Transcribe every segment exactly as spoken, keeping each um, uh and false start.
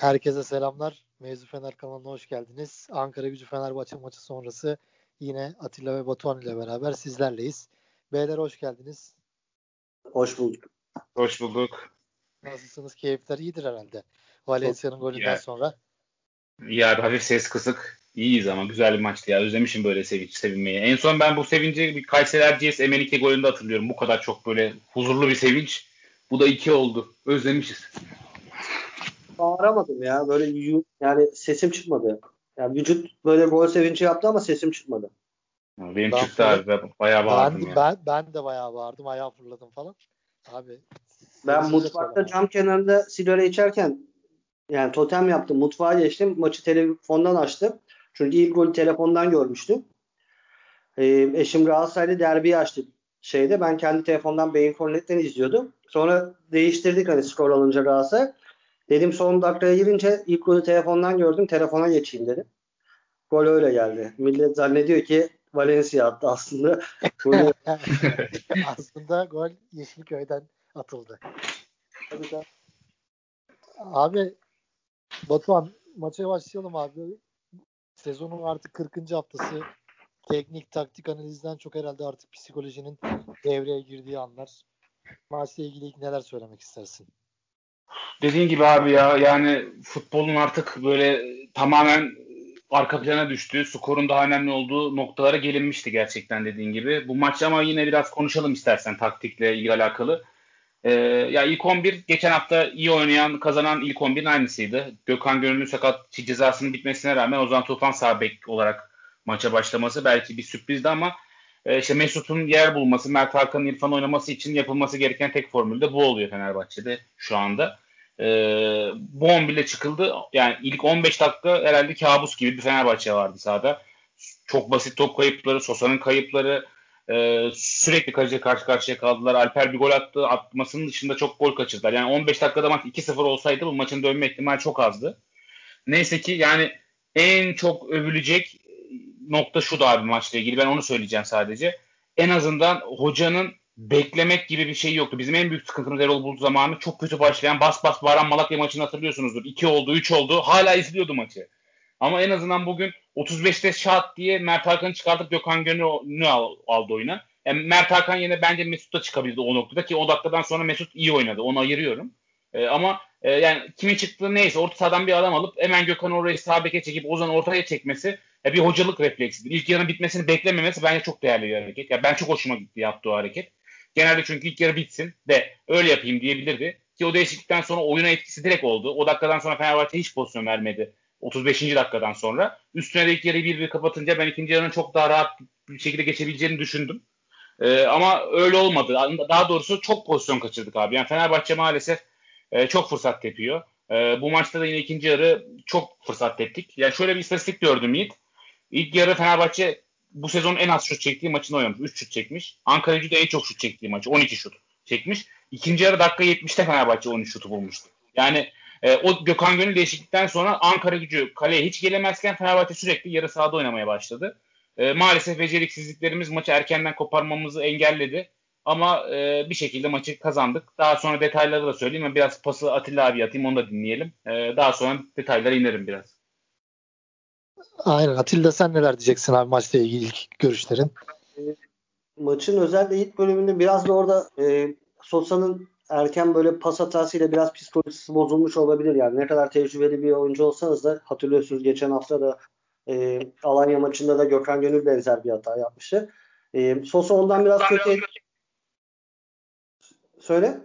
Herkese selamlar. Mevzu Fener kanalına hoş geldiniz. Ankara-Gücü Fenerbahçe maçı sonrası yine Atilla ve Batuhan ile beraber sizlerleyiz. Beyler hoş geldiniz. Hoş bulduk. Hoş bulduk. Nasılsınız? Keyifler iyidir herhalde. Valencia'nın golünden ya, sonra. Ya bir hafif ses kısık. İyiyiz ama güzel bir maçtı ya. Özlemişim böyle sevinç, sevinmeyi. En son ben bu sevinci bir Kayseri Erciyes M N iki golünde hatırlıyorum. Bu kadar çok böyle huzurlu bir sevinç. Bu da iki oldu. Özlemişiz. Bağıramadım ya. Böyle yu- yani sesim çıkmadı. Yani vücut böyle gol sevinci yaptı ama sesim çıkmadı. Benim Ben çıktı fırla- abi. Ben bayağı bağırdım ben, ya. ben, ben de bayağı bağırdım. Ayağa fırladım falan. Abi. Ben sevinci de mutfakta söylemem. cam kenarında sigara içerken yani totem yaptım. Mutfağa geçtim. Maçı telefondan açtım. Çünkü ilk golü telefondan görmüştüm. Ee, eşim Galatasaray'da derbiyi açtı şeyde. Ben kendi telefondan Beyin Kornet'ten izliyordum. Sonra değiştirdik hani skor alınca Galatasaray. Dedim son dakikaya girince ilk golü telefondan gördüm. Telefona geçeyim dedim. Gol öyle geldi. Millet zannediyor ki Valencia attı aslında. Golü Aslında gol Yeşilköy'den atıldı. Abi Batuhan maça başlayalım abi. Sezonun artık kırkıncı haftası. Teknik, taktik analizden çok herhalde artık psikolojinin devreye girdiği anlar. Maçla ilgili ilk neler söylemek istersin? Dediğin gibi abi ya yani futbolun artık böyle tamamen arka plana düştüğü, skorun daha önemli olduğu noktalara gelinmişti gerçekten dediğin gibi. Bu maç ama yine biraz konuşalım istersen taktikle ilgili alakalı. Ee, ya ilk on bir geçen hafta iyi oynayan, kazanan ilk on birin aynısıydı. Gökhan Gönül'ün sakat cezasının bitmesine rağmen Ozan Tufan sağ bek olarak maça başlaması belki bir sürprizdi ama e, işte Mesut'un yer bulması, Mert Hakan'ın İrfan oynaması için yapılması gereken tek formül de bu oluyor Fenerbahçe'de şu anda. Ee, bu on bir ile çıkıldı. Yani ilk on beş dakika herhalde kabus gibi bir Fenerbahçe vardı sahada. Çok basit top kayıpları, Sosa'nın kayıpları, e, sürekli kaleciye karşı karşıya kaldılar. Alper bir gol attı. Atmasının dışında çok gol kaçırdılar. Yani on beş dakikada maç iki sıfır olsaydı bu maçın dönme ihtimali çok azdı. Neyse ki yani en çok övülecek nokta şu da abi maçla ilgili. Ben onu söyleyeceğim sadece. En azından hocanın beklemek gibi bir şey yoktu. Bizim en büyük sıkıntımız Erol Bulut zamanı çok kötü başlayan bas bas bağıran Malatya maçını hatırlıyorsunuzdur. iki oldu, üç oldu. Hala izliyordu maçı. Ama en azından bugün otuz beşte şat diye Mert Hakan'ı çıkartıp Gökhan Gönül'ü al, aldı oyuna. Yani Mert Hakan yine bence Mesut da çıkabildi o noktada ki o dakikadan sonra Mesut iyi oynadı. Onu ayırıyorum. Ee, ama e, yani kimin çıktığı neyse orta sahadan bir adam alıp hemen Gökhan orayı sağ beke çekip Ozan ortaya çekmesi e, bir hocalık refleksidir. İlk yarının bitmesini beklememesi bence çok değerli bir hareket. Yani ben çok hoşuma gitti yaptığı o hareket. Genelde çünkü ilk yarı bitsin de öyle yapayım diyebilirdi. Ki o değişiklikten sonra oyuna etkisi direkt oldu. O dakikadan sonra Fenerbahçe hiç pozisyon vermedi. otuz beşinci dakikadan sonra. Üstüne de ilk yarıyı bir bir kapatınca ben ikinci yarının çok daha rahat bir şekilde geçebileceğini düşündüm. Ee, ama öyle olmadı. Daha doğrusu çok pozisyon kaçırdık abi. Yani Fenerbahçe maalesef e, çok fırsat tepiyor. E, bu maçta da yine ikinci yarı çok fırsat teptik. Yani şöyle bir istatistik gördüm Yiğit. İlk yarı Fenerbahçe bu sezonun en az şut çektiği maçını oynamış. üç şut çekmiş. Ankara'cı da en çok şut çektiği maçı. on iki şut çekmiş. İkinci yarı dakika yetmişte Fenerbahçe on üç şutu bulmuştu. Yani e, o Gökhan Gönül değişiklikten sonra Ankara Gücü kaleye hiç gelemezken Fenerbahçe sürekli yarı sahada oynamaya başladı. E, maalesef beceriksizliklerimiz maçı erkenden koparmamızı engelledi. Ama e, bir şekilde maçı kazandık. Daha sonra detayları da söyleyeyim. Ben biraz pası Atilla abi atayım onu da dinleyelim. E, daha sonra detaylara inerim biraz. Aynen. Atilla sen neler diyeceksin abi maçla ilgili ilk görüşlerin? maçın özellikle ilk bölümünde biraz da orada e, Sosa'nın erken böyle pas hatasıyla biraz psikolojisi bozulmuş olabilir. Yani ne kadar tecrübeli bir oyuncu olsanız da hatırlıyorsunuz geçen hafta da e, Alanya maçında da Gökhan Gönül benzer bir hata yapmıştı. E, Sosa ondan biraz kötü. Söyle.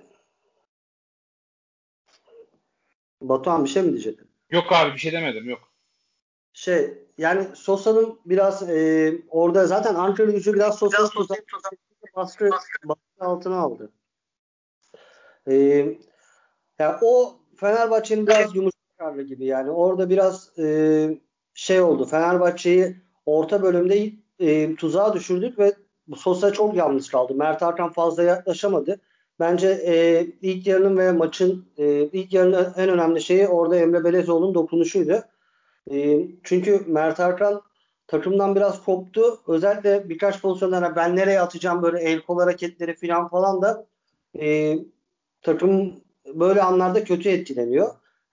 Batuhan bir şey mi diyecektin? Yok abi bir şey demedim yok. Şey yani Sosa'nın biraz e, orada zaten Ankara Gücü biraz Sosa'nın baskı, baskı altına aldı. E, yani o Fenerbahçe'nin biraz yumuşak karnı gibi yani orada biraz e, şey oldu. Fenerbahçe'yi orta bölümde e, tuzağa düşürdük ve Sosa çok yalnız kaldı. Mert Hakan fazla yaklaşamadı. Bence e, ilk yarının ve maçın e, ilk yarının en önemli şeyi orada Emre Belezoğlu'nun dokunuşuydu. E, çünkü Mert Hakan takımdan biraz koptu. Özellikle birkaç pozisyonlara ben nereye atacağım böyle el kol hareketleri falan falan da e, takım böyle anlarda kötü etkileniyor.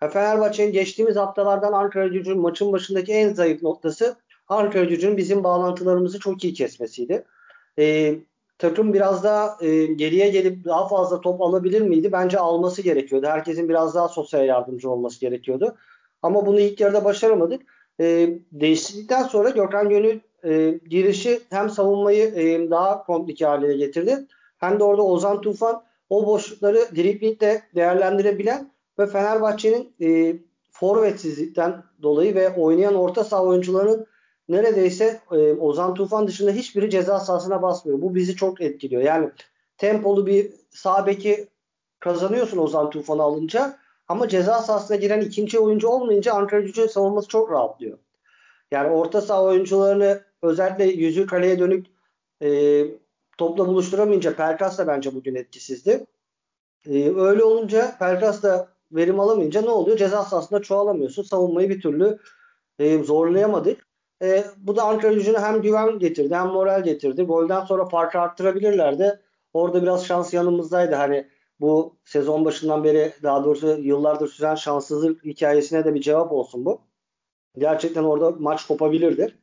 Fenerbahçe'nin geçtiğimiz haftalardan Ankaragücü'nün maçın başındaki en zayıf noktası Ankaragücü'nün bizim bağlantılarımızı çok iyi kesmesiydi. Ee, takım biraz daha e, geriye gelip daha fazla top alabilir miydi? Bence alması gerekiyordu. Herkesin biraz daha sosyal yardımcı olması gerekiyordu. Ama bunu ilk yarıda başaramadık. Ee, değişiklikten sonra Gökhan Gönül e, girişi hem savunmayı e, daha komplike hale getirdi. Hem de orada Ozan Tufan o boşlukları driblingle değerlendirebilen ve Fenerbahçe'nin e, forvetsizlikten dolayı ve oynayan orta saha oyuncularının neredeyse e, Ozan Tufan dışında hiçbiri ceza sahasına basmıyor. Bu bizi çok etkiliyor. Yani tempolu bir sağ beki kazanıyorsun Ozan Tufan'ı alınca ama ceza sahasına giren ikinci oyuncu olmayınca Ankaragücü'nün savunması çok rahatlıyor. Yani orta saha oyuncularını özellikle yüzü kaleye dönük e, topla buluşturamayınca Pelkas da bence bugün etkisizdi. E, öyle olunca Pelkas da verim alamayınca ne oluyor? Ceza sahasında çoğalamıyorsun. Savunmayı bir türlü e, zorlayamadık. E, bu da Ankaragücü'ne hem güven getirdi hem moral getirdi. Golden sonra farkı arttırabilirlerdi. Orada biraz şans yanımızdaydı. Hani bu sezon başından beri daha doğrusu yıllardır süren şanssızlık hikayesine de bir cevap olsun bu. Gerçekten orada maç kopabilirdi.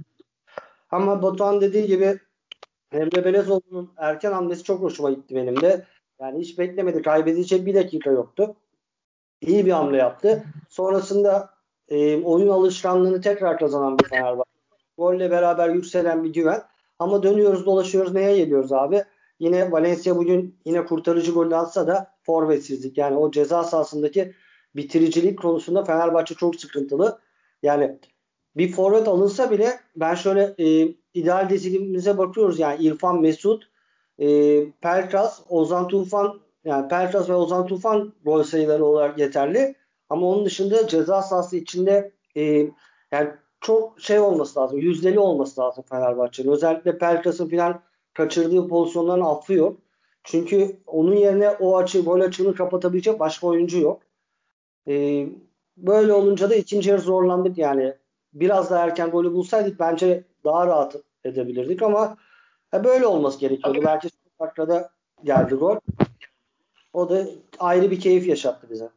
Ama Batuhan dediği gibi Emre Belezoğlu'nun erken hamlesi çok hoşuma gitti benim de. Yani hiç beklemedi. Kaybedecek bir dakika yoktu. İyi bir hamle yaptı. Sonrasında e, oyun alışkanlığını tekrar kazanan bir Fenerbahçe. Golle beraber yükselen bir güven. Ama dönüyoruz dolaşıyoruz neye geliyoruz abi? Yine Valencia bugün yine kurtarıcı golü atsa da forvetsizlik. Yani o ceza sahasındaki bitiricilik konusunda Fenerbahçe çok sıkıntılı. Yani bir forvet alınsa bile ben şöyle e, ideal dizilimimize bakıyoruz. Yani İrfan, Mesut, e, Pelkas, Ozan Tufan yani Pelkas ve Ozan Tufan gol sayıları olarak yeterli. Ama onun dışında ceza sahası içinde e, yani çok şey olması lazım. Yüzdeli olması lazım Fenerbahçe'nin. Özellikle Pelkas'ın falan kaçırdığı pozisyonların affı yok. Çünkü onun yerine o açı, gol açığını kapatabilecek başka oyuncu yok. E, böyle olunca da ikinci yarı zorlandık yani. Biraz daha erken golü bulsaydık bence daha rahat edebilirdik ama e, böyle olması gerekiyordu. Belki son dakikada geldi gol. O da ayrı bir keyif yaşattı bize.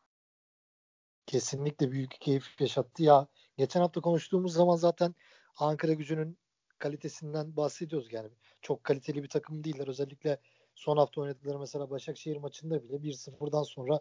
Kesinlikle büyük keyif yaşattı ya. Geçen hafta konuştuğumuz zaman zaten Ankaragücü'nün kalitesinden bahsediyoruz yani. Çok kaliteli bir takım değiller. Özellikle son hafta oynadıkları mesela Başakşehir maçında bile bir sıfırdan sonra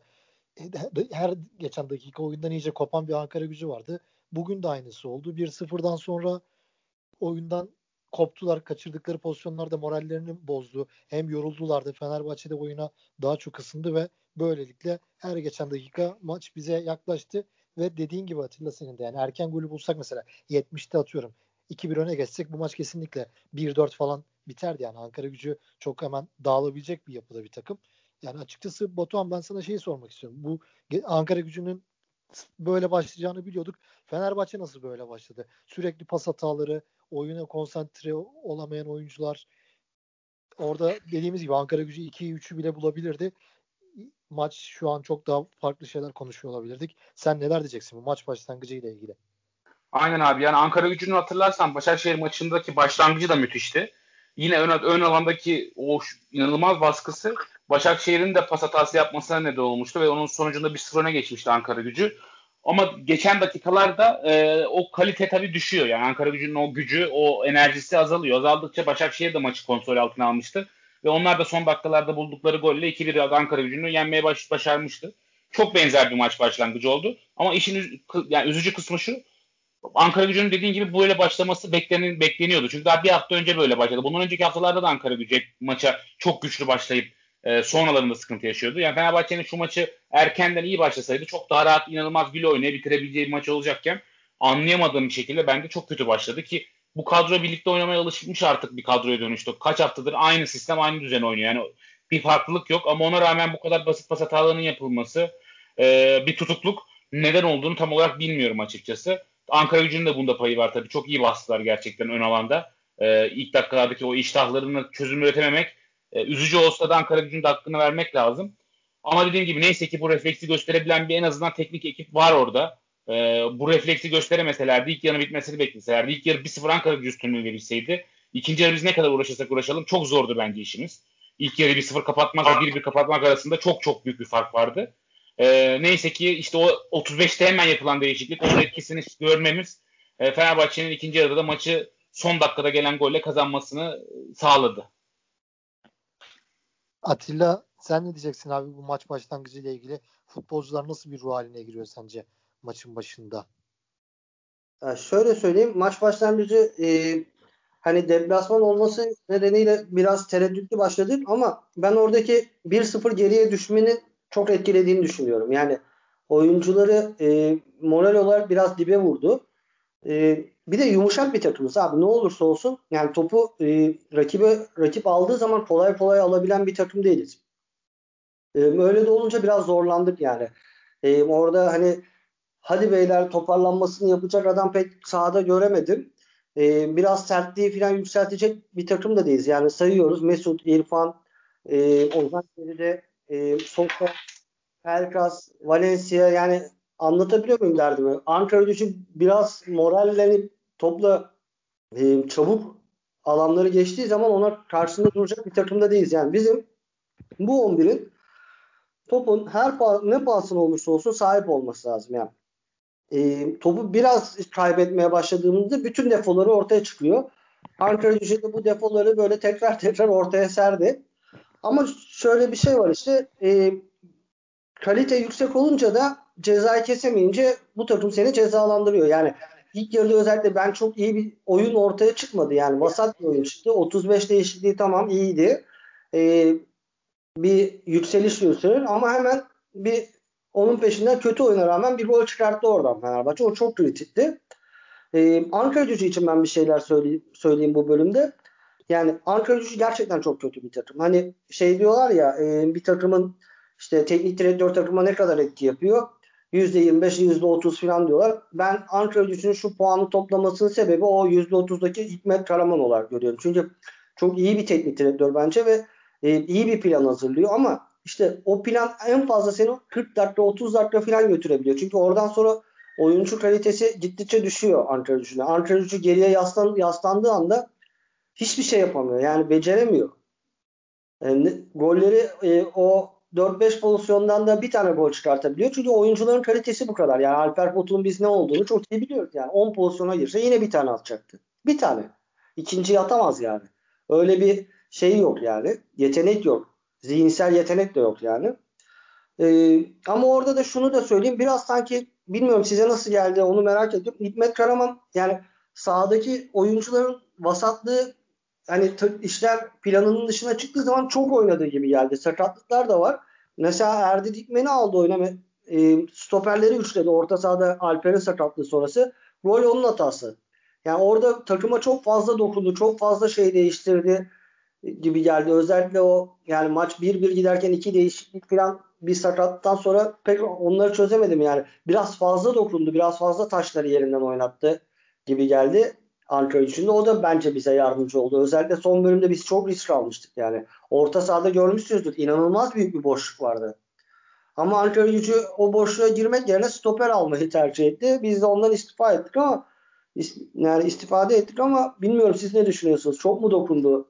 her geçen dakika oyundan iyice kopan bir Ankaragücü vardı. Bugün de aynısı oldu. bir sıfırdan sonra oyundan koptular. Kaçırdıkları pozisyonlarda morallerini bozdu. Hem yoruldular da Fenerbahçe'de oyuna daha çok ısındı ve böylelikle her geçen dakika maç bize yaklaştı ve dediğin gibi Atilla senin de yani erken golü bulsak mesela yetmişte atıyorum iki bir öne geçsek bu maç kesinlikle bir dört falan biterdi yani. Ankaragücü çok hemen dağılabilecek bir yapıda bir takım. Yani açıkçası Batuhan ben sana şeyi sormak istiyorum. Bu Ankaragücü'nün böyle başlayacağını biliyorduk. Fenerbahçe nasıl böyle başladı? Sürekli pas hataları, oyuna konsantre olamayan oyuncular. Orada dediğimiz gibi Ankaragücü ikiyi üçü bile bulabilirdi. Maç şu an çok daha farklı şeyler konuşuyor olabilirdik. Sen neler diyeceksin bu maç başlangıcı ile ilgili? Aynen abi, yani Ankaragücü'nü hatırlarsan Başakşehir maçındaki başlangıcı da müthişti. Yine ön, ön alandaki o inanılmaz baskısı Başakşehir'in de pas hatası yapmasına neden olmuştu ve onun sonucunda bir sıfır öne geçmişti Ankaragücü. Ama geçen dakikalarda e, o kalite tabii düşüyor. Yani Ankaragücü'nün o gücü, o enerjisi azalıyor. Azaldıkça Başakşehir de maçı kontrol altına almıştı. Ve onlar da son dakikalarda buldukları golle iki bir Ankaragücü'nü yenmeye baş, başarmıştı. Çok benzer bir maç başlangıcı oldu. Ama işin üz, yani üzücü kısmı şu: Ankaragücü'nün dediğin gibi böyle başlaması beklenen, bekleniyordu. Çünkü daha bir hafta önce böyle başladı. Bundan önceki haftalarda da Ankaragücü maça çok güçlü başlayıp e, sonralarında sıkıntı yaşıyordu. Yani Fenerbahçe'nin şu maçı erkenden iyi başlasaydı çok daha rahat, inanılmaz gül oynaya bitirebileceği bir maç olacakken anlayamadığım bir şekilde bence çok kötü başladı ki bu kadro birlikte oynamaya alışmış artık bir kadroya dönüştü. Kaç haftadır aynı sistem, aynı düzen oynuyor. Yani bir farklılık yok ama ona rağmen bu kadar basit pas hatalarının yapılması, e, bir tutukluk neden olduğunu tam olarak bilmiyorum açıkçası. Ankaragücü'nün de bunda payı var tabii. Çok iyi bastılar gerçekten ön alanda. Ee, ilk dakikalardaki o iştahlarını çözüm üretememek e, üzücü olsa da Ankaragücü'nün de hakkını vermek lazım. Ama dediğim gibi neyse ki bu refleksi gösterebilen bir en azından teknik ekip var orada. Ee, bu refleksi gösteremeselerdi, ilk yarı bitmesini bekleselerdi, ilk yarı bir sıfır Ankaragücü üstünlüğü verilseydi, ikinci yarı biz ne kadar uğraşırsak uğraşalım çok zordu bence işimiz. İlk yarı bir sıfır kapatmakla bir bir kapatmak arasında çok çok büyük bir fark vardı. E, neyse ki işte o otuz beşte hemen yapılan değişiklik, onun etkisini görmemiz e, Fenerbahçe'nin ikinci yarıda da maçı son dakikada gelen golle kazanmasını sağladı. Atilla, sen ne diyeceksin abi bu maç başlangıcı ile ilgili? Futbolcular nasıl bir ruh haline giriyor sence maçın başında? Ya şöyle söyleyeyim, maç başlangıcı e, hani deplasman olması nedeniyle biraz tereddütlü başladık ama ben oradaki bir sıfır geriye düşmenin çok etkilediğini düşünüyorum. Yani oyuncuları e, moral olarak biraz dibe vurdu. E, bir de yumuşak bir takımız abi, ne olursa olsun yani topu e, rakibe rakip aldığı zaman kolay kolay alabilen bir takım değiliz. E, öyle de olunca biraz zorlandık yani. E, orada hani hadi beyler toparlanmasını yapacak adam pek sahada göremedim. Ee, biraz sertliği falan yükseltecek bir takım da değiliz. Yani sayıyoruz. Mesut, İrfan, e, Ozan Çelik'de, e, Sosa, Pelkas, Valencia, yani anlatabiliyor muyum derdimi? Ankaragücü biraz morallenip topla e, çabuk alanları geçtiği zaman ona karşısında duracak bir takımda değiliz. Yani bizim bu on birin topun her pa- ne pahasına olursa olsun sahip olması lazım yani. E, topu biraz kaybetmeye başladığımızda bütün defoları ortaya çıkıyor. Ankaragücü de bu defoları böyle tekrar tekrar ortaya serdi. Ama şöyle bir şey var işte, e, kalite yüksek olunca da cezayı kesemeyince bu takım seni cezalandırıyor. Yani ilk yarıda özellikle ben çok iyi bir oyun ortaya çıkmadı. Yani vasat bir oyun çıktı. otuz beş değişikliği tamam iyiydi. E, bir yükseliş gösterir ama hemen bir onun peşinden kötü oyuna rağmen bir gol çıkarttı oradan Fenerbahçe. O çok kritikti. Ee, Ankaragücü için ben bir şeyler söyleyeyim, söyleyeyim bu bölümde. Yani Ankaragücü gerçekten çok kötü bir takım. Hani şey diyorlar ya, e, bir takımın işte teknik direktör takıma ne kadar etki yapıyor? yüzde yirmi beş, yüzde otuz falan diyorlar. Ben Ankaragücü'nün şu puanı toplamasının sebebi o yüzde otuzdaki Hikmet Karaman olarak görüyorum. Çünkü çok iyi bir teknik direktör bence ve e, iyi bir plan hazırlıyor ama işte o plan en fazla seni kırk dakika otuz dakika falan götürebiliyor. Çünkü oradan sonra oyuncu kalitesi gittikçe düşüyor Ankaragücü'ne. Ankaragücü geriye yaslan, yaslandığı anda hiçbir şey yapamıyor. Yani beceremiyor. Yani golleri e, o dört beş pozisyondan da bir tane gol çıkartabiliyor. Çünkü oyuncuların kalitesi bu kadar. Yani Alper Potuk'un biz ne olduğunu çok iyi biliyoruz. Yani on pozisyona girse yine bir tane atacaktı. Bir tane. İkinciyi atamaz yani. Öyle bir şey yok yani. Yetenek yok. Zihinsel yetenek de yok yani. Ee, ama orada da şunu da söyleyeyim. Biraz sanki bilmiyorum size nasıl geldi onu merak ediyorum. Hikmet Karaman yani sahadaki oyuncuların vasatlığı hani t- işler planının dışına çıktığı zaman çok oynadığı gibi geldi. Sakatlıklar da var. Mesela Erdi Dikmen'i aldı oyuna. E, stoperleri üçledi. Orta sahada Alper'in sakatlığı sonrası. Gol onun hatası. Yani orada takıma çok fazla dokundu. Çok fazla şey değiştirdi gibi geldi. Özellikle o yani maç bir bir giderken iki değişiklik falan bir sakattan sonra pek onları çözemedim yani. Biraz fazla dokundu. Biraz fazla taşları yerinden oynattı gibi geldi Ankara içinde. O da bence bize yardımcı oldu. Özellikle son bölümde biz çok risk almıştık yani. Orta sahada görmüşsünüzdür. İnanılmaz büyük bir boşluk vardı. Ama Ankara Gücü o boşluğa girmek yerine stoper almayı tercih etti. Biz de ondan istifa ettik ama yani istifade ettik ama bilmiyorum siz ne düşünüyorsunuz? Çok mu dokundu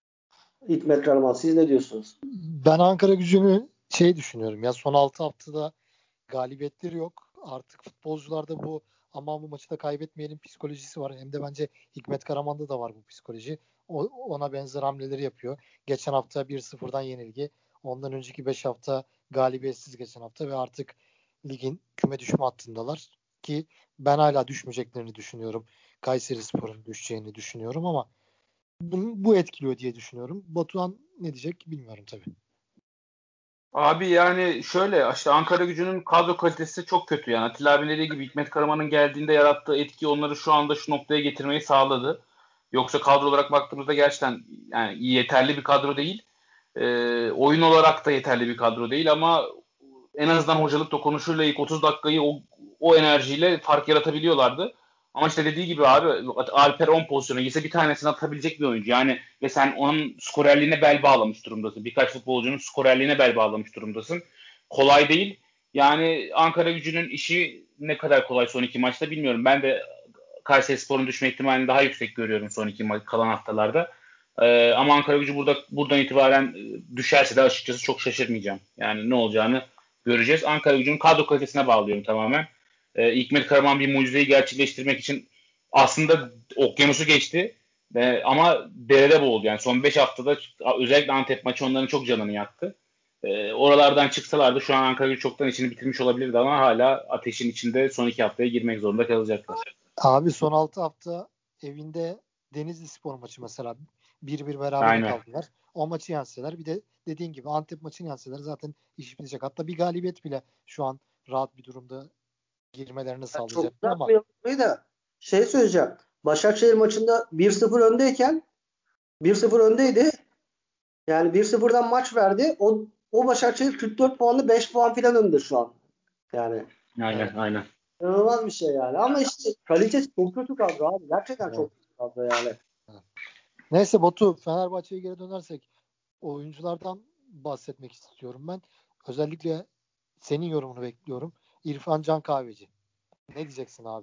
Hikmet Karaman? Siz ne diyorsunuz? Ben Ankara Gücü'nü şey düşünüyorum ya, son altı haftada galibiyetleri yok. Artık futbolcularda bu aman bu maçı da kaybetmeyelim psikolojisi var. Hem de bence Hikmet Karaman'da da var bu psikoloji. O, ona benzer hamleleri yapıyor. Geçen hafta bir sıfırdan yenilgi. Ondan önceki beş hafta galibiyetsiz geçen hafta ve artık ligin küme düşme hattındalar. Ki ben hala düşmeyeceklerini düşünüyorum. Kayserispor'un düşeceğini düşünüyorum ama bu, bu etkiliyor diye düşünüyorum. Batuhan ne diyecek bilmiyorum tabii. Abi yani şöyle işte Ankara Gücü'nün kadro kalitesi çok kötü yani. Atilla abi dediği gibi Hikmet Karaman'ın geldiğinde yarattığı etki onları şu anda şu noktaya getirmeyi sağladı. Yoksa kadro olarak baktığımızda gerçekten yani yeterli bir kadro değil. Ee, oyun olarak da yeterli bir kadro değil ama en azından hocalık dokunuşuyla ilk otuz dakikayı o, o enerjiyle fark yaratabiliyorlardı. Ama işte dediği gibi abi Alper on pozisyona girse bir tanesini atabilecek bir oyuncu. Yani ve sen onun skorerliğine bel bağlamış durumdasın. Birkaç futbolcunun skorerliğine bel bağlamış durumdasın. Kolay değil. Yani Ankara Gücü'nün işi ne kadar kolay son iki maçta bilmiyorum. Ben de Kayserispor'un düşme ihtimalini daha yüksek görüyorum son iki ma- kalan haftalarda. Ee, ama Ankara Gücü burada buradan itibaren düşerse de açıkçası çok şaşırmayacağım. Yani ne olacağını göreceğiz. Ankaragücü'nün kadro kalitesine bağlıyorum tamamen. E, Hikmet Karaman bir mucizeyi gerçekleştirmek için aslında okyanusu geçti. E, ama derede boğuldu. Yani son beş haftada özellikle Antep maçı onların çok canını yaktı. E, oralardan çıksalardı şu an Ankaragücü çoktan işini bitirmiş olabilirdi ama hala ateşin içinde son iki haftaya girmek zorunda kalacaklar. Abi son altı hafta evinde Denizlispor maçı mesela bir bir berabere Aynen. kaldılar. O maçı yenseler bir de dediğin gibi Antep maçını yenseler zaten iş bitecek. Hatta bir galibiyet bile şu an rahat bir durumda girmelerini sağlayacak. Çok Ama uzatmayalım da şey söyleyeceğim. Başakşehir maçında bir sıfır öndeyken bir sıfır öndeydi. Yani bir sıfırdan maç verdi. O o Başakşehir kırk dört puanlı beş puan falan önde şu an. Yani Aynen evet. aynen. İnanılmaz bir şey yani. Ama işte kalitesi çok kötü kadro abi. Gerçekten Evet. çok kötü kadro yani. Evet. Neyse Batu, Fenerbahçe'ye geri dönersek oyunculardan bahsetmek istiyorum ben. Özellikle senin yorumunu bekliyorum. İrfan Can Kahveci. Ne diyeceksin abi?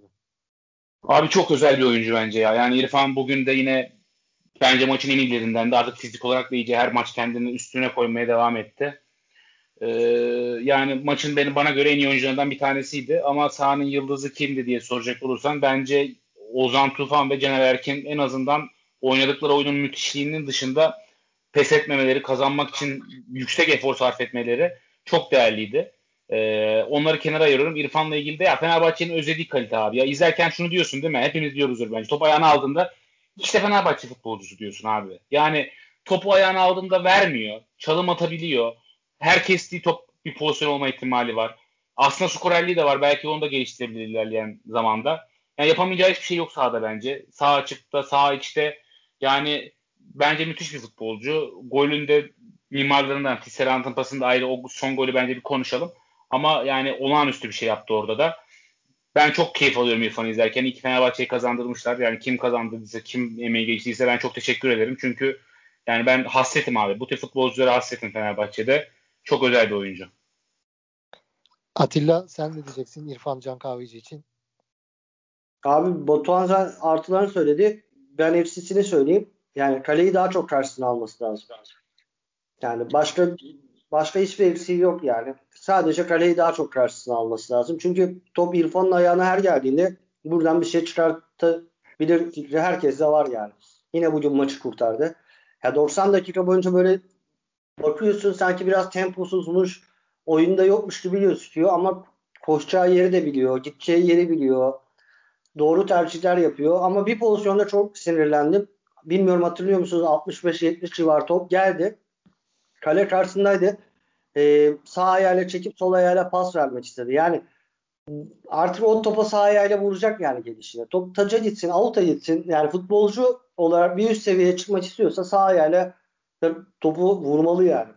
Abi çok özel bir oyuncu bence ya. Yani İrfan bugün de yine bence maçın en iyilerinden de artık fizik olarak da iyice her maç kendini üstüne koymaya devam etti. Ee, yani maçın benim bana göre en iyi oyuncularından bir tanesiydi. Ama sahanın yıldızı kimdi diye soracak olursan bence Ozan Tufan ve Caner Erkin en azından oynadıkları oyunun müthişliğinin dışında pes etmemeleri, kazanmak için yüksek efor sarf etmeleri çok değerliydi. Ee, onları kenara ayırıyorum. İrfan'la ilgili de ya Fenerbahçe'nin özlediği kalite abi. Ya izlerken şunu diyorsun değil mi? Hepimiz diyoruzdur bence. Top ayağına aldığında işte Fenerbahçe futbolcusu diyorsun abi. Yani topu ayağına aldığında vermiyor. Çalım atabiliyor. Her kestiği top bir pozisyon olma ihtimali var. Aslında skorerliği de var. Belki onu da geliştirebilir ilerleyen zamanda. Yani yapamayacağı hiçbir şey yok sahada bence. Sağ açıkta, sağ içte. Yani bence müthiş bir futbolcu. Golünde mimarlarından Tisserant'ın pasında ayrı o son golü bence bir konuşalım. Ama yani olağanüstü bir şey yaptı orada da. Ben çok keyif alıyorum İrfan'ı izlerken. İki Fenerbahçe'yi kazandırmışlar. Yani kim kazandırdıysa, kim emeği geçtiyse ben çok teşekkür ederim. Çünkü yani ben hasretim abi. Bu tür futbolculara hasretim Fenerbahçe'de. Çok özel bir oyuncu. Atilla sen ne diyeceksin İrfan Can Kahveci için? Abi Batuhan artılarını söyledi. Ben eksisini söyleyeyim. Yani kaleyi daha çok karşısına alması lazım. Yani başka başka hiçbir eksiği yok yani. Sadece kaleyi daha çok karşısına alması lazım. Çünkü top İrfan'ın ayağına her geldiğinde buradan bir şey çıkartabilir fikri herkeste var yani. Yine bugün maçı kurtardı. Ya doksan dakika boyunca böyle bakıyorsun sanki biraz temposuzmuş, oyunda yokmuş gibi gözüküyor ama koşacağı yeri de biliyor, gideceği yeri biliyor. Doğru tercihler yapıyor ama bir pozisyonda çok sinirlendim. Bilmiyorum hatırlıyor musunuz? altmış beş yetmiş civar top geldi. Kale karşısındaydı. Ee, sağ ayağıyla çekip sol ayağıyla pas vermek istedi. Yani artık o topa sağ ayağıyla vuracak yani gelişine. Top taca gitsin, avuta gitsin. Yani futbolcu olarak bir üst seviyeye çıkmak istiyorsa sağ ayağıyla topu vurmalı yani.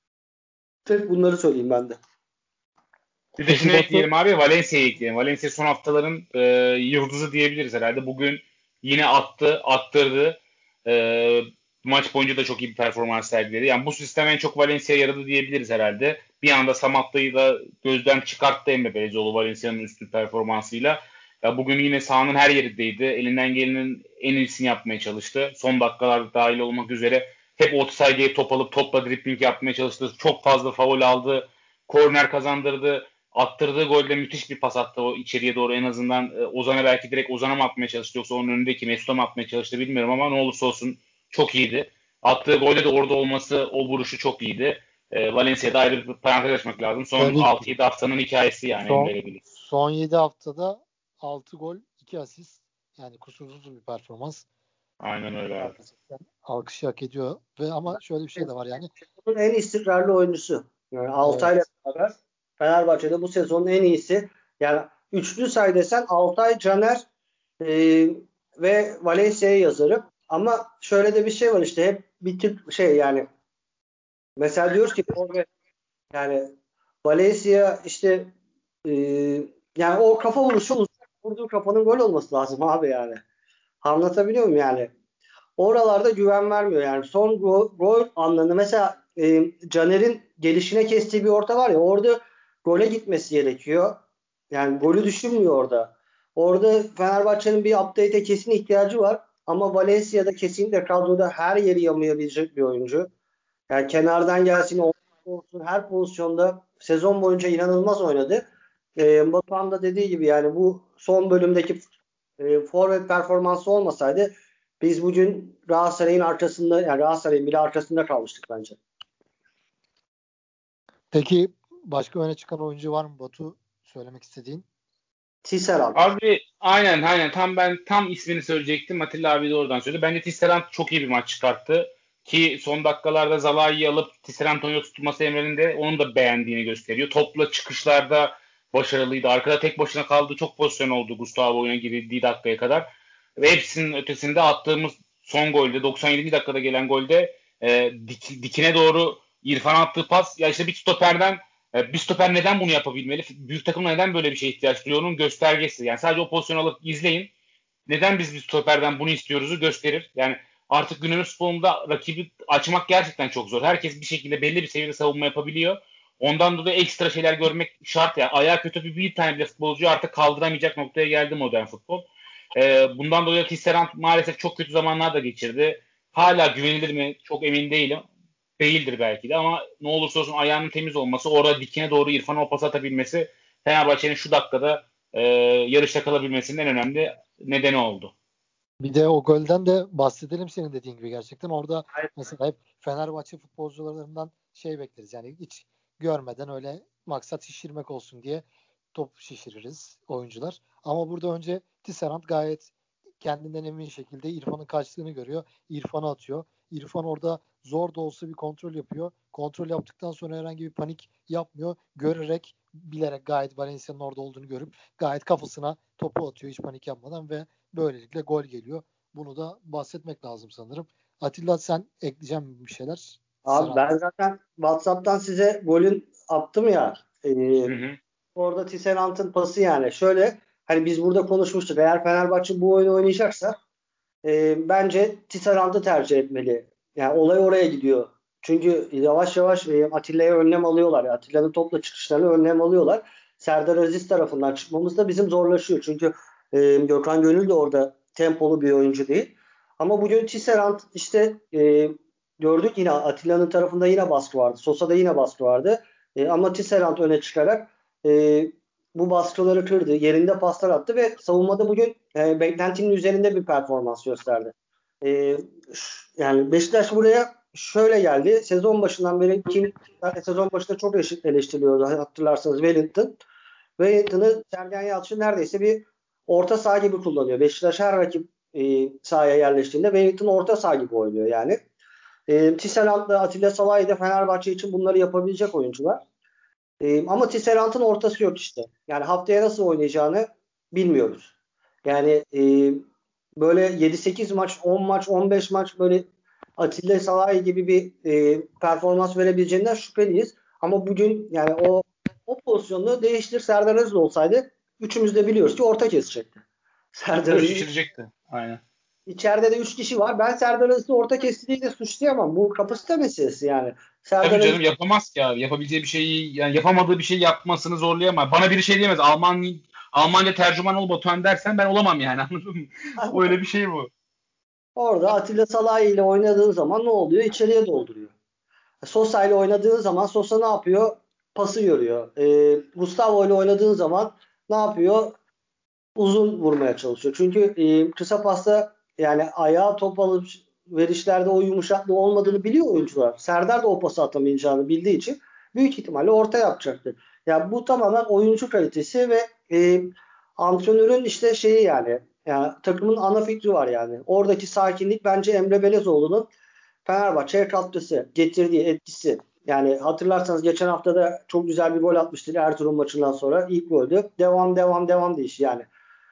Tek bunları söyleyeyim ben de. Bir de Peki şunu Batu, ekleyelim abi. Valencia'yı ekleyelim. Valencia son haftaların e, yıldızı diyebiliriz herhalde. Bugün yine attı, attırdı. E, maç boyunca da çok iyi bir performans sergiledi. Yani bu sistem en çok Valencia yaradı diyebiliriz herhalde. Bir anda Samatta'yı da gözden çıkarttı Emre Belezoğlu Valencia'nın üstün performansıyla. Ya bugün yine sahanın her yerindeydi. Elinden gelenin en iyisini yapmaya çalıştı. Son dakikalarda dahil olmak üzere hep offside'ye top alıp topla dribbling yapmaya çalıştı. Çok fazla faul aldı. Korner kazandırdı. Attırdığı golde müthiş bir pas attı o içeriye doğru en azından. E, Ozan'a belki direkt Ozan'a mı atmaya çalıştı yoksa onun önündeki Mesut'a mı atmaya çalıştı bilmiyorum ama ne olursa olsun çok iyiydi. Attığı golde de orada olması o vuruşu çok iyiydi. E, Valencia'da ayrı bir parantez açmak lazım. Son tabii ki altı yedi haftanın hikayesi yani son, Emre'yle birlikte. son yedi haftada altı gol iki asist. Yani kusursuz bir performans. Aynen öyle abi. Gerçekten alkışı hak ediyor. Ve ama şöyle bir şey de var yani. Sezonun en istikrarlı oyuncusu. Yani Altay'la Evet. beraber Fenerbahçe'de bu sezonun en iyisi. Yani üçlü say desen Altay, Caner e, ve Valencia'ya yazarım. Ama şöyle de bir şey var işte hep bir tip şey yani mesela diyoruz ki yani Valencia işte e, yani o kafa vuruşu uzak vurduğu kafanın gol olması lazım abi yani. Anlatabiliyor muyum yani? Oralarda güven vermiyor yani. Son gol, gol anlarında mesela e, Caner'in gelişine kestiği bir orta var ya orada gole gitmesi gerekiyor. Yani golü düşünmüyor orada. Orada Fenerbahçe'nin bir update'e kesin ihtiyacı var. Ama Valencia'da kesinlikle kadroda her yeri yamayabilecek bir oyuncu. Yani kenardan gelsin, olsun her pozisyonda sezon boyunca inanılmaz oynadı. E, Batuhan da dediği gibi yani bu son bölümdeki e, forvet performansı olmasaydı biz bugün Galatasaray'ın arkasında yani Galatasaray'ın bile arkasında kalmıştık bence. Peki başka öne çıkan oyuncu var mı Batu söylemek istediğin? Tisserand. Abi aynen aynen tam ben tam ismini söyleyecektim. Atilla abi de oradan söyledi. Bence Tisserand çok iyi bir maç çıkarttı. Ki son dakikalarda Zalai'yi alıp Tisserand oyunu tutması Emre'nin de onun da beğendiğini gösteriyor. Topla çıkışlarda başarılıydı. Arkada tek başına kaldığı çok pozisyon oldu Gustavo oyuna girdiği dakikaya kadar. Ve hepsinin ötesinde attığımız son golde doksan yedinci dakikada gelen golde e, dik, dikine doğru İrfan attığı pas ya işte bir stoperden bir stoper neden bunu yapabilmeli? Büyük takım neden böyle bir şeye ihtiyaç duyuyor? Onun göstergesi. Yani sadece o pozisyonu alıp izleyin. Neden biz bir stoperden bunu istiyoruzu gösterir. Yani artık günümüz futbolunda rakibi açmak gerçekten çok zor. Herkes bir şekilde belli bir seviyede savunma yapabiliyor. Ondan dolayı ekstra şeyler görmek şart ya. Ayağı kötü bir, bir tane bile futbolcuyu artık kaldıramayacak noktaya geldi modern futbol. Ee, bundan dolayı Tisserand maalesef çok kötü zamanlar da geçirdi. Hala güvenilir mi? Çok emin değilim. Değildir belki de ama ne olursa olsun ayağının temiz olması, orada dikine doğru İrfan'a o pas atabilmesi Fenerbahçe'nin şu dakikada e, yarışta kalabilmesinin en önemli nedeni oldu. Bir de o golden de bahsedelim senin dediğin gibi gerçekten. Orada mesela hep Fenerbahçe futbolcularından şey bekleriz. Yani hiç görmeden öyle maksat şişirmek olsun diye top şişiririz oyuncular. Ama burada önce Tisserand gayet kendinden emin şekilde İrfan'ın kaçtığını görüyor. İrfan'ı atıyor. İrfan orada zor da olsa bir kontrol yapıyor. Kontrol yaptıktan sonra herhangi bir panik yapmıyor. Görerek, bilerek gayet Valencia'nın orada olduğunu görüp gayet kafasına topu atıyor hiç panik yapmadan ve böylelikle gol geliyor. Bunu da bahsetmek lazım sanırım. Atilla sen ekleyeceğim bir şeyler. Abi Serhat. ben zaten WhatsApp'tan size golün attım ya. E, Hı hı. orada Tisserand'ın pası yani. Şöyle hani biz burada konuşmuştuk. Eğer Fenerbahçe bu oyunu oynayacaksa e, bence Tisserand'ı tercih etmeli. Yani olay oraya gidiyor. Çünkü yavaş yavaş e, Atilla'ya önlem alıyorlar. Yani Atilla'nın topla çıkışlarına önlem alıyorlar. Serdar Aziz tarafından çıkmamız da bizim zorlaşıyor. Çünkü e, Gökhan Gönül de orada tempolu bir oyuncu değil. Ama bugün Tisserand işte e, gördük yine Atilla'nın tarafında yine baskı vardı. Sosa'da yine baskı vardı. E, ama Tisserand öne çıkarak e, bu baskıları kırdı. Yerinde paslar attı ve savunmada bugün e, beklentinin üzerinde bir performans gösterdi. E, yani Beşiktaş buraya şöyle geldi. Sezon başından beri kim sezon başında çok eleştiriliyordu hatırlarsanız Wellington. Wellington'ı Sergen Yalçın neredeyse bir orta saha gibi kullanıyor. Beşiktaş her rakip e, sahaya yerleştiğinde Wellington orta saha gibi oynuyor yani. E, Tisserand'la Atilla Salah'ı da Fenerbahçe için bunları yapabilecek oyuncular. E, ama Tisserand'ın ortası yok işte. Yani haftaya nasıl oynayacağını bilmiyoruz. Yani e, böyle yedi sekiz maç, on maç, on beş maç böyle Atilla Salahi gibi bir e, performans verebileceğinden şüpheliyiz. Ama bugün yani o o pozisyonu değiştir Serdar Aziz olsaydı üçümüz de biliyoruz ki orta kesecekti. Serdar Tabii Aziz şişirecekti. Aynen. İçeride de üç kişi var. Ben Serdar Aziz'i orta kestiği de suçlayamam. Bu kapasite meselesi yani. Serdar Tabii Aziz canım yapamaz ki abi. Yapabileceği bir şeyi yani yapamadığı bir şey yapmasını zorlayamaz. Bana biri şey diyemez. Alman Almanca tercüman ol Batuhan dersen ben olamam yani anladın mı? Öyle bir şey bu. orada Atilla Salahi ile oynadığın zaman ne oluyor? İçeriye dolduruyor. Sosa ile oynadığın zaman Sosa ne yapıyor? Pası görüyor. E, Gustavo ile oynadığın zaman ne yapıyor? Uzun vurmaya çalışıyor. Çünkü e, kısa pasta yani ayağa top alıp verişlerde o yumuşaklığı olmadığını biliyor oyuncular. Serdar da o pası atamayacağını bildiği için büyük ihtimalle orta yapacaktı. Yani bu tamamen oyuncu kalitesi ve e, antrenörün işte şeyi yani, yani takımın ana fikri var yani. Oradaki sakinlik bence Emre Belezoğlu'nun Fenerbahçe'ye katkısı, getirdiği etkisi. Yani hatırlarsanız geçen hafta da çok güzel bir gol atmıştı Erzurum maçından sonra. İlk goldü. Devam devam devam diye iş yani.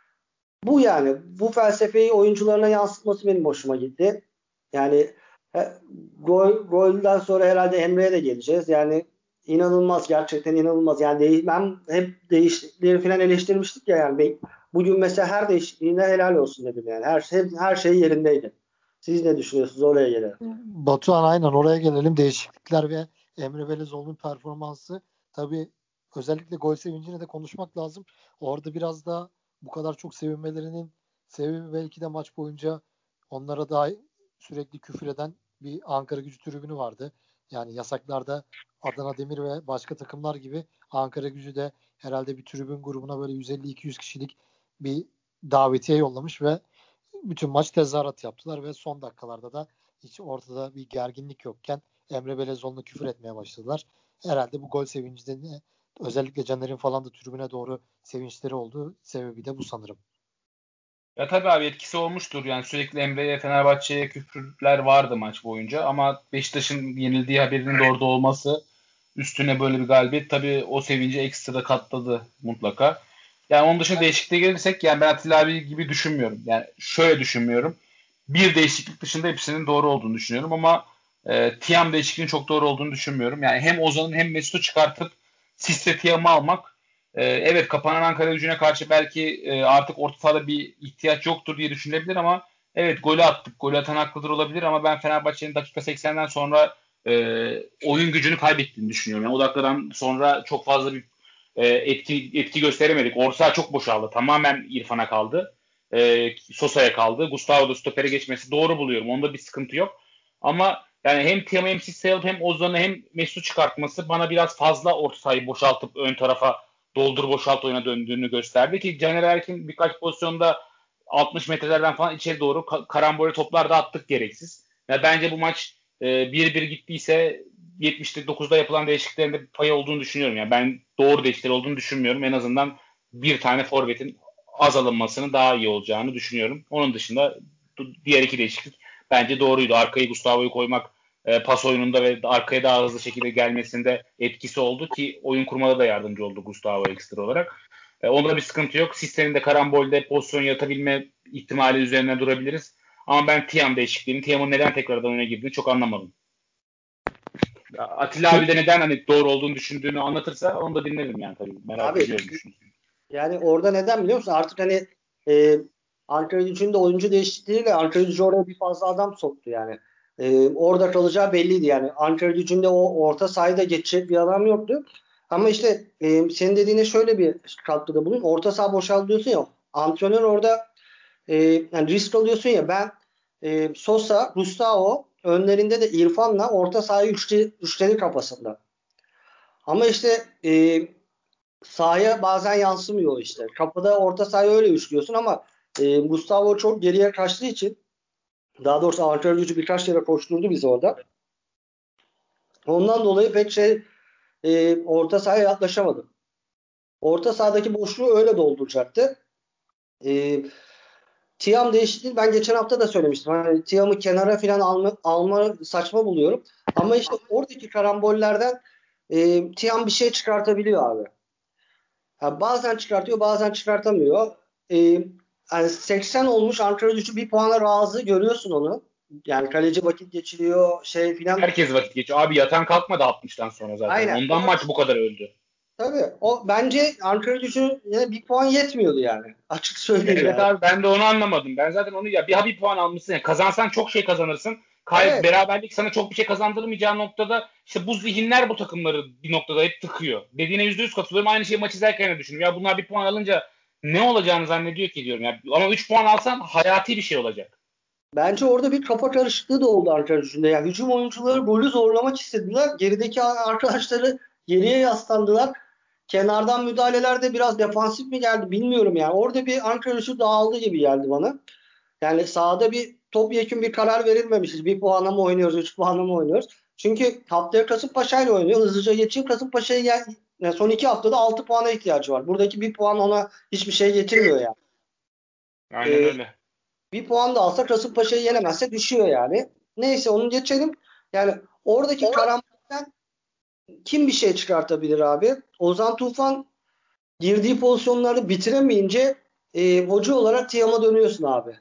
Bu yani bu felsefeyi oyuncularına yansıtması benim hoşuma gitti. Yani he, gol golden sonra herhalde Emre'ye de geleceğiz. Yani inanılmaz gerçekten inanılmaz. Yani değil, ben hep değişiklikleri falan eleştirmiştik ya yani ben, bugün mesela her değişikliğine helal olsun dedim yani. Her şey her şey yerindeydi. Siz ne düşünüyorsunuz oraya gelelim? Batuhan aynen oraya gelelim. Değişiklikler ve Emre Belezoğlu'nun performansı. Tabii özellikle gol sevincine de konuşmak lazım. Orada biraz da bu kadar çok sevinmelerinin sebebi belki de maç boyunca onlara daha sürekli küfür eden bir Ankara Gücü tribünü vardı. Yani yasaklarda Adana Demir ve başka takımlar gibi Ankara Gücü de herhalde bir tribün grubuna böyle yüz elli iki yüz kişilik bir davetiye yollamış ve bütün maç tezahürat yaptılar ve son dakikalarda da hiç ortada bir gerginlik yokken Emre Belezoğlu'na küfür etmeye başladılar. Herhalde bu gol sevincinde özellikle Caner'in falan da tribüne doğru sevinçleri olduğu sebebi de bu sanırım. Ya tabii abi etkisi olmuştur. Yani sürekli Emre'ye, Fenerbahçe'ye küfürler vardı maç boyunca. Ama Beşiktaş'ın yenildiği haberinin de orada olması, üstüne böyle bir galibiyet tabii o sevinci ekstra katladı mutlaka. Yani onun dışında değişikliğe gelirsek yani ben Atilla abi gibi düşünmüyorum. Yani şöyle düşünmüyorum. Bir değişiklik dışında hepsinin doğru olduğunu düşünüyorum ama e, Tiam değişikliğinin çok doğru olduğunu düşünmüyorum. Yani hem Ozan'ın hem Mesut'u çıkartıp Sisse Tiam'ı almak, e, evet kapanan Ankara Gücü'ne karşı belki e, artık orta sahada bir ihtiyaç yoktur diye düşünülebilir ama evet golü attık. Golü atan haklıdır olabilir ama ben Fenerbahçe'nin dakika seksenden sonra e, oyun gücünü kaybettiğini düşünüyorum. Yani o dakikadan sonra çok fazla bir e, etki etki gösteremedik. Orta saha çok boşaldı. Tamamen İrfan'a kaldı. E, Sosa'ya kaldı. Gustavo da stopere geçmesi doğru buluyorum. Onda bir sıkıntı yok. Ama yani hem Tiam'ı hem Sisse'yi alıp hem Ozan'ı hem Mesut'u çıkartması bana biraz fazla orta sahayı boşaltıp ön tarafa doldur boşalt oyuna döndüğünü gösterdi ki Caner Erkin birkaç pozisyonda altmış metrelerden falan içeri doğru karambole toplar da attık gereksiz. Yani bence bu maç e, bir bir gittiyse yetmiş dokuzda yapılan değişikliklerin de payı olduğunu düşünüyorum. Yani ben doğru değişiklikler olduğunu düşünmüyorum. En azından bir tane forvetin az alınmasının daha iyi olacağını düşünüyorum. Onun dışında diğer iki değişiklik bence doğruydu. Arkayı Gustavo'yu koymak e, pas oyununda ve arkaya daha hızlı şekilde gelmesinde etkisi oldu ki oyun kurmada da yardımcı oldu Gustavo ekstra olarak. E, onda bir sıkıntı yok. Sistemin de karambolde pozisyon yatabilme ihtimali üzerine durabiliriz. Ama ben Tiam değişikliğini, Tiam'ın neden tekrardan öne girdiğini çok anlamadım. Atilla abi de neden hani doğru olduğunu düşündüğünü anlatırsa onu da dinlerim yani tabii. Merak Abi, ediyorum düşündüğünü. Yani orada neden biliyor musun? Artık hani e, Ankara Gücü'nde oyuncu değişikliğiyle Ankara Gücü oraya bir fazla adam soktu yani. E, orada kalacağı belliydi yani. Ankara Gücü'nde o orta sahada geçecek bir adam yoktu. Ama işte e, senin dediğine şöyle bir katkıda bulun. Orta saha boşaldı diyorsun ya. Antrenör orada e, yani risk alıyorsun ya. Ben e, Sosa, Gustavo önlerinde de İrfan'la orta sahayı üçlü, üçledi kafasında. Ama işte e, sahaya bazen yansımıyor işte. Kapıda orta sahayı öyle üçlüyorsun ama e, Gustavo çok geriye kaçtığı için, daha doğrusu Ankara Gücü birkaç yere koşturdu bizi orada. Ondan dolayı pek şey e, orta sahaya yaklaşamadı. Orta sahadaki boşluğu öyle dolduracaktı. E, Tiam değişikliği ben geçen hafta da söylemiştim. Hani Tiam'ı kenara falan alma, alma saçma buluyorum. Ama işte oradaki karambollerden e, Tiam bir şey çıkartabiliyor abi. Ha, bazen çıkartıyor, bazen çıkartamıyor. Ee, yani seksen olmuş Ankara Gücü bir puana razı, görüyorsun onu. Yani kaleci vakit geçiriyor, şey filan. Herkes vakit geçiyor. Abi yatan kalkmadı altmıştan sonra zaten. Aynen. Ondan maç bu kadar öldü. Tabii. O bence Ankara Gücü'ne bir puan yetmiyordu yani. Açık söyleyeyim Evet yani. abi ben de onu anlamadım. Ben zaten onu ya bir, bir puan almışsın. Yani kazansan çok şey kazanırsın. Kay Evet. beraberlik sana çok bir şey kazandırmayacağı noktada işte bu zihinler bu takımları bir noktada hep tıkıyor. Dediğine yüzde yüz katılıyorum. Aynı şeyi maç izlerken de düşünüyorum. Ya bunlar bir puan alınca ne olacağını zannediyor ki diyorum. Ya. Ama üç puan alsan hayati bir şey olacak. Bence orada bir kafa karışıklığı da oldu Ankara Gücü'nde. Yani hücum oyuncuları golü zorlamak istediler. Gerideki arkadaşları geriye yaslandılar. Kenardan müdahalelerde biraz defansif mi geldi bilmiyorum yani. Orada bir Ankara Gücü dağıldı gibi geldi bana. Yani sahada bir topyekun bir karar verilmemişiz. Bir puanla mı oynuyoruz, üç puanla mı oynuyoruz? Çünkü haftaya Kasımpaşa ile oynuyor. Hızlıca geçeyim. Kasımpaşa'ya gel yani son iki haftada altı puana ihtiyacı var. Buradaki bir puan ona hiçbir şey getirmiyor yani. Aynen Ee, öyle. bir puan da alsa Kasımpaşa'yı yenemezse düşüyor yani. Neyse onu geçelim. Yani oradaki karambolden kim bir şey çıkartabilir abi? Ozan Tufan girdiği pozisyonları bitiremeyince e, hoca olarak Tiam'a dönüyorsun abi.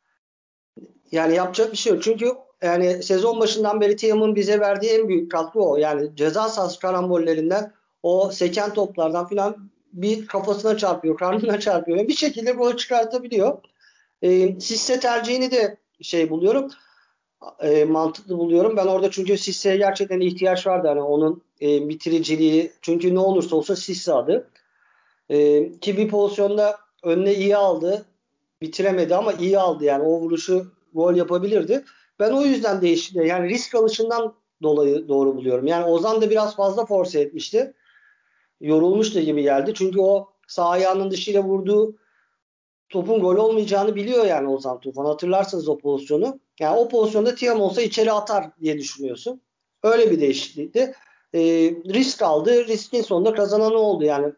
Yani yapacak bir şey yok. Çünkü yani sezon başından beri Tiam'ın bize verdiği en büyük katkı o. Yani ceza sahası karambollerinden, o seken toplardan filan bir kafasına çarpıyor, karnına çarpıyor. Bir şekilde gol çıkartabiliyor. E, Sisse tercihini de şey buluyorum. E, mantıklı buluyorum. Ben orada çünkü Sisse'ye gerçekten ihtiyaç vardı. Hani onun e, bitiriciliği. Çünkü ne olursa olsa Sisse adı. E, ki bir pozisyonda önüne iyi aldı. Bitiremedi ama iyi aldı yani. O vuruşu gol yapabilirdi. Ben o yüzden değişti. Yani risk alışından dolayı doğru buluyorum. Yani Ozan da biraz fazla force etmişti. Yorulmuştu gibi geldi. Çünkü o sağ ayağının dışıyla vurduğu topun gol olmayacağını biliyor yani Ozan Tufan. Hatırlarsınız o pozisyonu. Yani o pozisyonda Tiam olsa içeri atar diye düşünüyorsun. Öyle bir değişiklikti. E, risk aldı. Riskin sonunda kazananı oldu yani.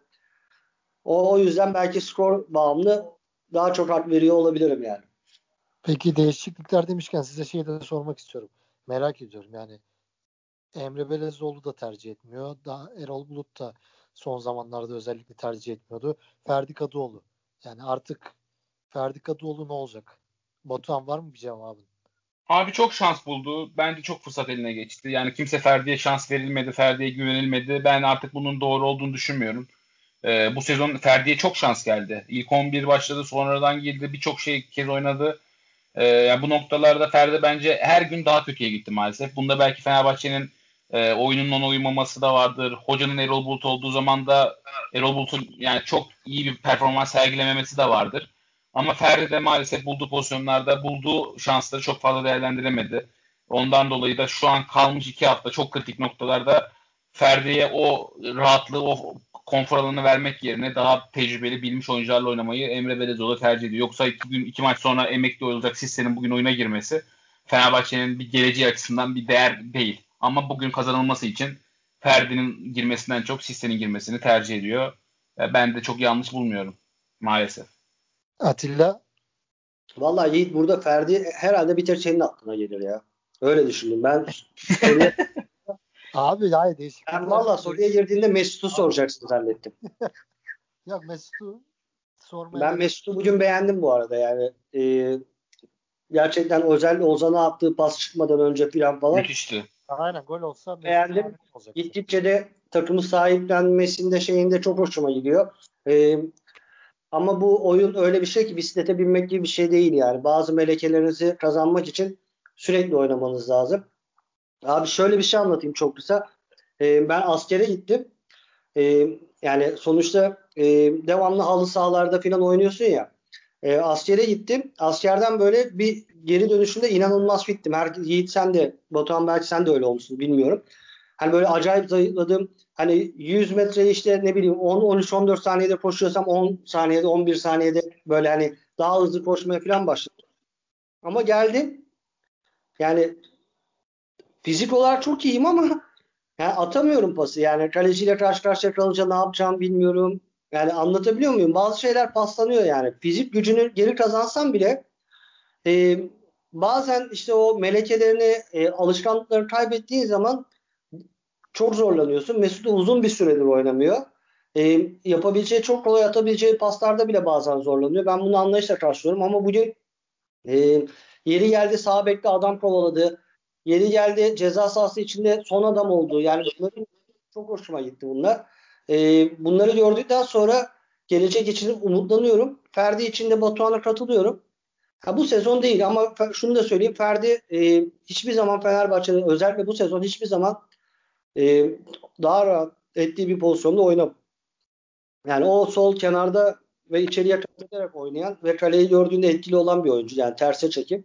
O, o yüzden belki skor bağımlı daha çok hak veriyor olabilirim yani. Peki değişiklikler demişken size şey de sormak istiyorum. Merak ediyorum yani. Emre Belezoğlu da tercih etmiyor. Daha Erol Bulut da son zamanlarda özellikle tercih etmiyordu. Ferdi Kadıoğlu. Yani artık Ferdi Kadıoğlu ne olacak? Batuhan var mı bir cevabın? Abi çok şans buldu. Bence çok fırsat eline geçti. Yani kimse Ferdi'ye şans verilmedi, Ferdi'ye güvenilmedi. Ben artık bunun doğru olduğunu düşünmüyorum. Ee, bu sezon Ferdi'ye çok şans geldi. İlk on bir başladı, sonradan girdi, birçok şey kez oynadı. Ee, yani bu noktalarda Ferdi bence her gün daha kötüye gitti maalesef. Bunda belki Fenerbahçe'nin e, oyunun ona uymaması da vardır. Hocanın Erol Bulut olduğu zaman da Erol Bulut'un yani çok iyi bir performans sergilememesi de vardır. Ama Ferdi de maalesef bulduğu pozisyonlarda bulduğu şansları çok fazla değerlendiremedi. Ondan dolayı da şu an kalmış iki hafta çok kritik noktalarda Ferdi'ye o rahatlığı, o konfor alanını vermek yerine daha tecrübeli, bilmiş oyuncularla oynamayı Emre Belezoğlu tercih ediyor. Yoksa iki gün iki maç sonra emekli olacak Sisse'nin bugün oyuna girmesi Fenerbahçe'nin bir geleceği açısından bir değer değil. Ama bugün kazanılması için Ferdi'nin girmesinden çok Sisse'nin girmesini tercih ediyor. Ben de çok yanlış bulmuyorum maalesef. Atilla. Vallahi Yiğit burada Ferdi herhalde bir tek senin aklına gelir ya. Öyle düşündüm. Ben soruya, Abi hayır değişiklikler. ben valla soruya girdiğinde Mesut'u soracaksın zannettim. Ya Mesut'u sormaya Ben gerek. Mesut'u bugün beğendim bu arada yani. E, gerçekten özellikle Ozan'a attığı pas çıkmadan önce falan falan Müthişti. Aynen gol olsa Mesut beğendim. olacak. Gittikçe de takımı sahiplenmesinde şeyinde çok hoşuma gidiyor. E, ama bu oyun öyle bir şey ki bisiklete binmek gibi bir şey değil yani. Bazı melekelerinizi kazanmak için sürekli oynamanız lazım. Abi şöyle bir şey anlatayım çok kısa. Ee, ben askere gittim. Ee, yani sonuçta e, devamlı halı sahalarda falan oynuyorsun ya. Ee, askere gittim. Askerden böyle bir geri dönüşümde inanılmaz fittim. Her, Yiğit sen de, Batuhan belki sen de öyle olmuşsun bilmiyorum. Hani böyle acayip zayıfladım. Hani yüz metre işte ne bileyim on, on üç, on dört saniyede koşuyorsam on saniyede, on bir saniyede böyle hani daha hızlı koşmaya falan başladım. Ama geldim. Yani fizik olarak çok iyiyim ama yani atamıyorum pası. Yani kaleciyle karşı karşıya kalınca ne yapacağım bilmiyorum. Yani anlatabiliyor muyum? Bazı şeyler paslanıyor yani. Fizik gücünü geri kazansam bile e, bazen işte o melekelerini, e, alışkanlıklarını kaybettiğin zaman çok zorlanıyorsun. Mesut da uzun bir süredir oynamıyor. E, yapabileceği çok kolay atabileceği paslarda bile bazen zorlanıyor. Ben bunu anlayışla karşılıyorum ama bugün e, yeri geldi sağ bekte adam kovaladı. Yeri geldi ceza sahası içinde son adam oldu. Yani bunların çok hoşuma gitti bunlar. E, bunları gördükten sonra gelecek için umutlanıyorum. Ferdi için de Batuhan'a katılıyorum. Ha, bu sezon değil ama şunu da söyleyeyim. Ferdi e, hiçbir zaman Fenerbahçe'de özellikle bu sezon hiçbir zaman e, daha rahat ettiği bir pozisyonda oynamadı. Yani o sol kenarda ve içeriye kat ederek oynayan ve kaleyi gördüğünde etkili olan bir oyuncu. Yani terse çekip.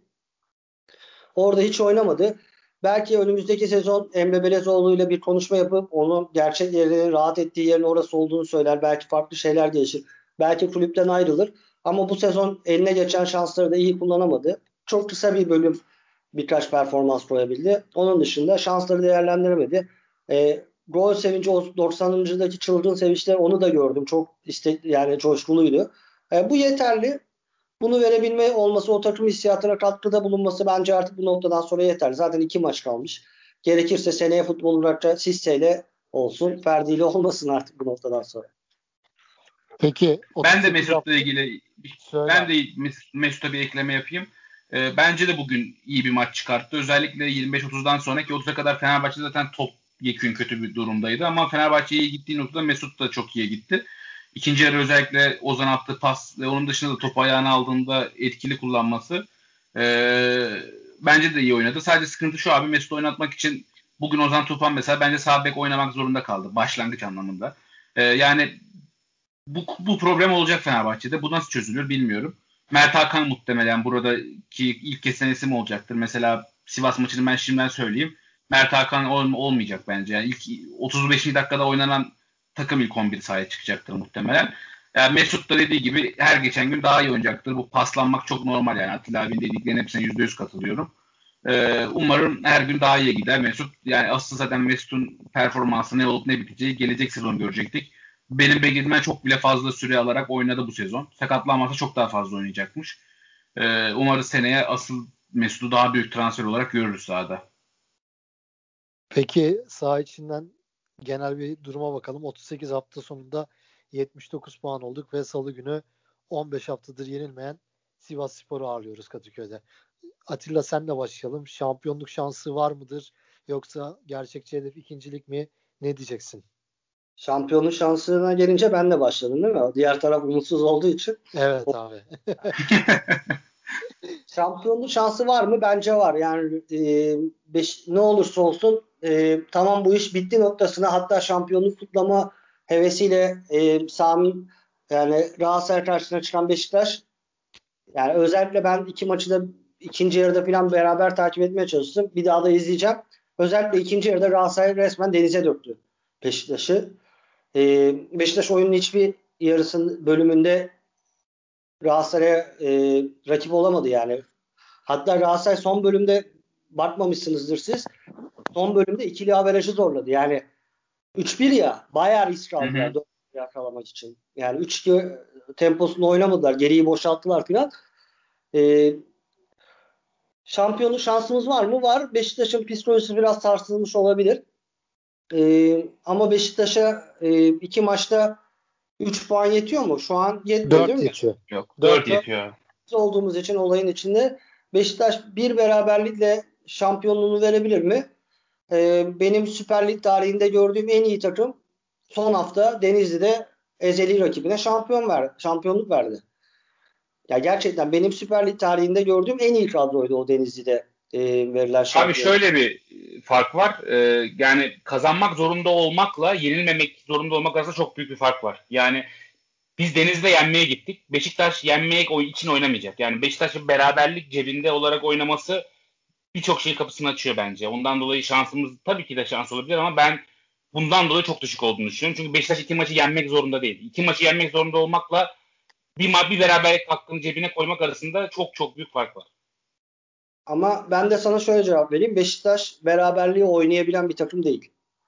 Orada hiç oynamadı. Belki önümüzdeki sezon Emre Belezoğlu ile bir konuşma yapıp onun gerçek yerinin rahat ettiği yerin orası olduğunu söyler. Belki farklı şeyler gelişir. Belki kulüpten ayrılır. Ama bu sezon eline geçen şansları da iyi kullanamadı. Çok kısa bir bölüm birkaç performans koyabildi. Onun dışında şansları değerlendiremedi. E, gol sevinci o doksanıncı.daki çılgın sevinçte onu da gördüm. Çok istek yani coşkuluydu. E, bu yeterli. Bunu verebilme olması, o takım hissiyatına katkıda bulunması bence artık bu noktadan sonra yeter. Zaten iki maç kalmış. Gerekirse seneye futbol bırakacak Sisse'yle olsun. Ferdi ile olmasın artık bu noktadan sonra. Peki Ben de Mesut'la ilgili Söyle ben abi. de Mesut'a bir ekleme yapayım. E, bence de bugün iyi bir maç çıkarttı. Özellikle yirmi beş otuzdan sonraki otuza kadar Fenerbahçe zaten top yekün kötü bir durumdaydı. Ama Fenerbahçe iyi gittiği noktada Mesut da çok iyi gitti. İkinci yarı özellikle Ozan attığı pas ve onun dışında da topu ayağına aldığında etkili kullanması e, bence de iyi oynadı. Sadece sıkıntı şu abi, Mesut oynatmak için bugün Ozan Tufan mesela bence sağ bek oynamak zorunda kaldı. Başlangıç anlamında. E, yani bu, bu problem olacak Fenerbahçe'de. Bu nasıl çözülür bilmiyorum. Mert Hakan muhtemelen buradaki ilk kesen isim olacaktır. Mesela Sivas maçını ben şimdiden söyleyeyim. Mert Hakan ol, olmayacak bence. Yani ilk otuz beşinci dakikada oynanan takım ilk on bir sahaya çıkacaktır muhtemelen. Yani Mesut da dediği gibi her geçen gün daha iyi oynayacaktır. Bu paslanmak çok normal yani. Atilla abinin dediklerine hepsine yüzde yüz katılıyorum. Ee, umarım her gün daha iyi gider Mesut. Yani aslında zaten Mesut'un performansı ne olup ne biteceği gelecek sezon görecektik. Benim beklediğimden çok bile fazla süre alarak oynadı bu sezon. Sakatlanmasa çok daha fazla oynayacakmış. Ee, umarız seneye asıl Mesut'u daha büyük transfer olarak görürüz sahada. Peki saha içinden genel bir duruma bakalım. otuz sekiz hafta sonunda yetmiş dokuz puan olduk ve salı günü on beş haftadır yenilmeyen Sivasspor'u ağırlıyoruz Kadıköy'de. Atilla senle başlayalım. Şampiyonluk şansı var mıdır? Yoksa gerçekçi hedef ikincilik mi? Ne diyeceksin? Şampiyonluk şansına gelince ben de başladım değil mi? Diğer taraf umutsuz olduğu için. Evet abi. Şampiyonluk şansı var mı? Bence var. Yani e, beş, ne olursa olsun e, tamam bu iş bitti noktasına, hatta şampiyonluk kutlama hevesiyle e, Sami, yani Galatasaray karşısına çıkan Beşiktaş, yani özellikle ben iki maçı da ikinci yarıda falan beraber takip etmeye çalıştım. Bir daha da izleyeceğim. Özellikle ikinci yarıda Galatasaray resmen denize döktü Beşiktaş'ı. E, Beşiktaş oyunun hiçbir yarısının bölümünde Galatasaray'a e, rakip olamadı yani. Hatta Galatasaray son bölümde, bakmamışsınızdır siz, son bölümde ikili averajı zorladı. Yani üç bir ya, bayağı risk aldılar dört bir yakalamak için. Yani üç iki temposunda oynamadılar. Geriyi boşalttılar filan. Ee, şampiyonluk şansımız var mı? Var. Beşiktaş'ın psikolojisi biraz sarsılmış olabilir. Ee, ama Beşiktaş'a e, iki maçta üç puan yetiyor mu? Şu an yetmiyor değil dört mi? yetiyor. Yok. dört dört yetiyor. Olduğumuz için olayın içinde Beşiktaş bir beraberlikle şampiyonluğunu verebilir mi? Ee, benim Süper Lig tarihinde gördüğüm en iyi takım son hafta Denizli'de ezeli rakibine şampiyon verdi, şampiyonluk verdi. Ya gerçekten benim Süper Lig tarihinde gördüğüm en iyi kadroydu o Denizli'de e, verilen şampiyon. Abi şöyle bir fark var. Ee, yani kazanmak zorunda olmakla yenilmemek zorunda olmak arasında çok büyük bir fark var. Yani biz Denizli'de yenmeye gittik. Beşiktaş yenmeye için oynamayacak. Yani Beşiktaş'ın beraberlik cebinde olarak oynaması birçok şeyin kapısını açıyor bence. Ondan dolayı şansımız tabii ki de şans olabilir ama ben bundan dolayı çok düşük olduğunu düşünüyorum. Çünkü Beşiktaş iki maçı yenmek zorunda değil. İki maçı yenmek zorunda olmakla bir, ma- bir beraberlik hakkını cebine koymak arasında çok çok büyük fark var. Ama ben de sana şöyle cevap vereyim. Beşiktaş beraberliği oynayabilen bir takım değil.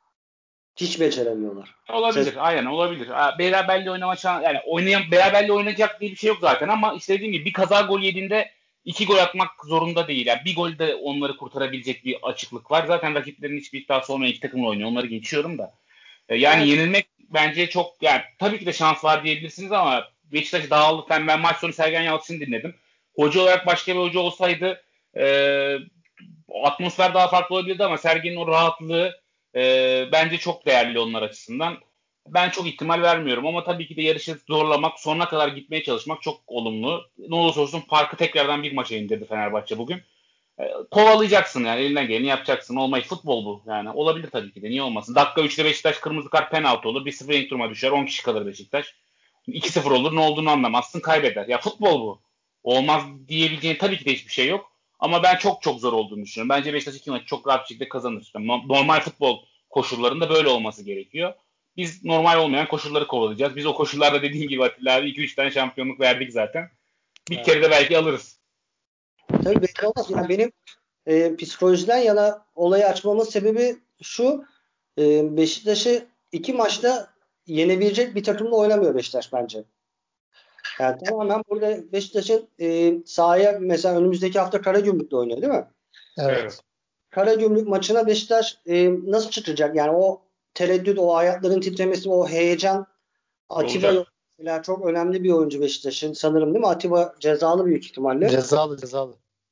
Hiç beceremiyorlar. Olabilir. Ses- Aynen olabilir. Ha, beraberliği oynama şansı, yani oynayan beraberliği oynayacak diye bir şey yok zaten ama işte dediğim gibi bir kaza gol yediğinde iki gol atmak zorunda değil. Yani bir gol de onları kurtarabilecek bir açıklık var. Zaten rakiplerin hiçbir iddiası olmayan iki takımla oynuyor. Onları geçiyorum da. E, Yani Evet. yenilmek bence çok, yani tabii ki de şans var diyebilirsiniz ama Beşiktaş dağıldı. Ben, ben maç sonu Sergen Yalçın'ı dinledim. Hoca olarak başka bir hoca olsaydı e, atmosfer daha farklı olabilirdi ama Sergen'in o rahatlığı e, bence çok değerli onlar açısından. Ben çok ihtimal vermiyorum ama tabii ki de yarışı zorlamak, sonuna kadar gitmeye çalışmak çok olumlu. Ne olursa olsun farkı tekrardan bir maça indirdi Fenerbahçe bugün. E, kovalayacaksın yani, elinden geleni yapacaksın. Olmayı, futbol bu yani. Olabilir tabii ki de, niye olmasın. Dakika üçte Beşiktaş kırmızı kart, penaltı olur. bir sıfır ilk duruma düşer. on kişi kalır Beşiktaş. iki sıfır olur, ne olduğunu anlamazsın, kaybeder. Ya futbol bu. Olmaz diyebileceğin tabii ki de hiçbir şey yok. Ama ben çok çok zor olduğunu düşünüyorum. Bence Beşiktaş iki maçı çok rahat bir şekilde kazanır. Yani normal futbol koşullarında böyle olması gerekiyor. Biz normal olmayan koşulları kovalayacağız. Biz o koşullarda dediğim gibi Atilla abi iki üç tane şampiyonluk verdik zaten. Bir Evet. kere de belki alırız. Tabii belli olmaz. Yani benim e, psikolojiden yana olayı açmamın sebebi şu: e, Beşiktaş'ı iki maçta yenebilecek bir takımla oynamıyor Beşiktaş bence. Yani tamamen burada Beşiktaş'ın e, sahaya, mesela önümüzdeki hafta Karagümrük'le oynuyor değil mi? Evet. Karagümrük maçına Beşiktaş e, nasıl çıkacak? Yani o tereddüt, o ayakların titremesi, o heyecan. Atiba Olacak. mesela çok önemli bir oyuncu Beşiktaş'ın sanırım değil mi? Atiba cezalı büyük ihtimalle. Cezalı cezalı.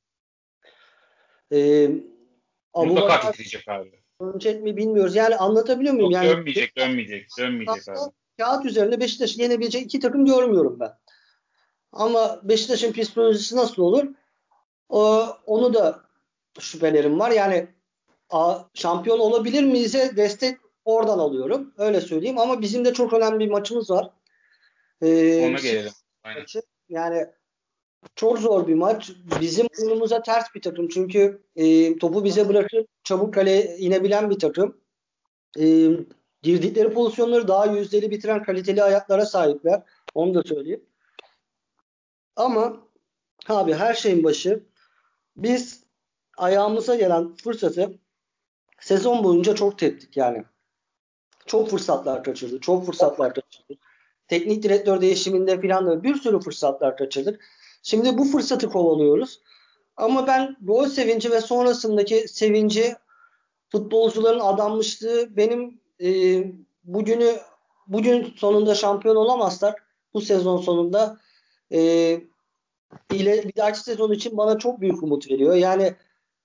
E, Mutlaka Abubakar titreyecek abi. dönecek mi bilmiyoruz. Yani anlatabiliyor muyum? Yok, Yani dönmeyecek, dönmeyecek, dönmeyecek abi. kağıt üzerinde Beşiktaş'ı yenebilecek iki takım görmüyorum ben. Ama Beşiktaş'ın psikolojisi nasıl olur? O, onu da şüphelerim var. Yani a, şampiyon olabilir miyiz'e destek oradan alıyorum. Öyle söyleyeyim. Ama bizim de çok önemli bir maçımız var. Ee, Ona gelelim. Aynen. maçı. Yani Çok zor bir maç. Bizim oyunumuza ters bir takım. Çünkü e, topu bize bırakıp çabuk kaleye inebilen bir takım. E, girdikleri pozisyonları daha yüzdeli bitiren kaliteli ayaklara sahipler. Onu da söyleyeyim. Ama abi her şeyin başı biz ayağımıza gelen fırsatı sezon boyunca çok teptik yani. Çok fırsatlar kaçırdık. Çok fırsatlar kaçırdık. Teknik direktör değişiminde filan da bir sürü fırsatlar kaçırdık. Şimdi bu fırsatı kovalıyoruz. Ama ben gol sevinci ve sonrasındaki sevinci, futbolcuların adanmışlığı benim e, bugünü bugün sonunda şampiyon olamazlar. Bu sezon sonunda e, ile bir dahaki sezon için bana çok büyük umut veriyor. Yani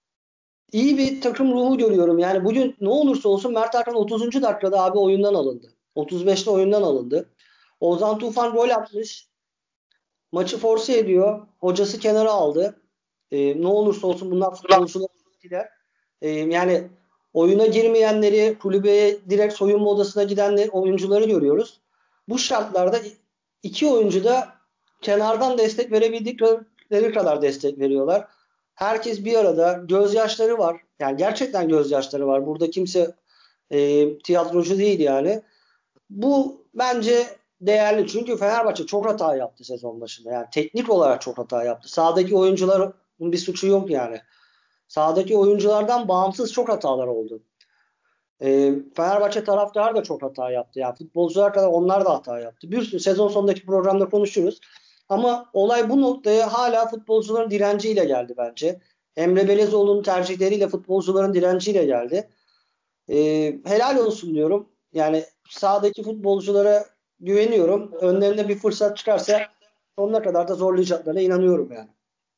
iyi bir takım ruhu görüyorum. Yani bugün ne olursa olsun Mert Hakan otuzuncu dakikada abi oyundan alındı. otuz beşte oyundan alındı. Ozan Tufan gol atmış. Maçı force ediyor. Hocası kenara aldı. Ee, ne olursa olsun bunlar futbolcular gider. Ee, yani oyuna girmeyenleri, kulübeye direkt soyunma odasına giden oyuncuları görüyoruz. Bu şartlarda iki oyuncu da kenardan destek verebildikleri kadar destek veriyorlar. Herkes bir arada. Gözyaşları var. Yani gerçekten gözyaşları var. Burada kimse e, tiyatrocu değil yani. Bu bence değerli. Çünkü Fenerbahçe çok hata yaptı sezon başında. Yani teknik olarak çok hata yaptı. Sahadaki oyuncuların bir suçu yok yani. Sahadaki oyunculardan bağımsız çok hatalar oldu. E, Fenerbahçe taraftarı da çok hata yaptı. Yani futbolcular kadar onlar da hata yaptı. Bir sürü sezon sonundaki programda konuşuruz. Ama olay bu noktaya hala futbolcuların direnciyle geldi bence. Emre Belezoğlu'nun tercihleriyle futbolcuların direnciyle geldi. E, helal olsun diyorum. Yani sahadaki futbolculara güveniyorum. Önlerine bir fırsat çıkarsa sonuna kadar da zorlayacaklarına inanıyorum yani.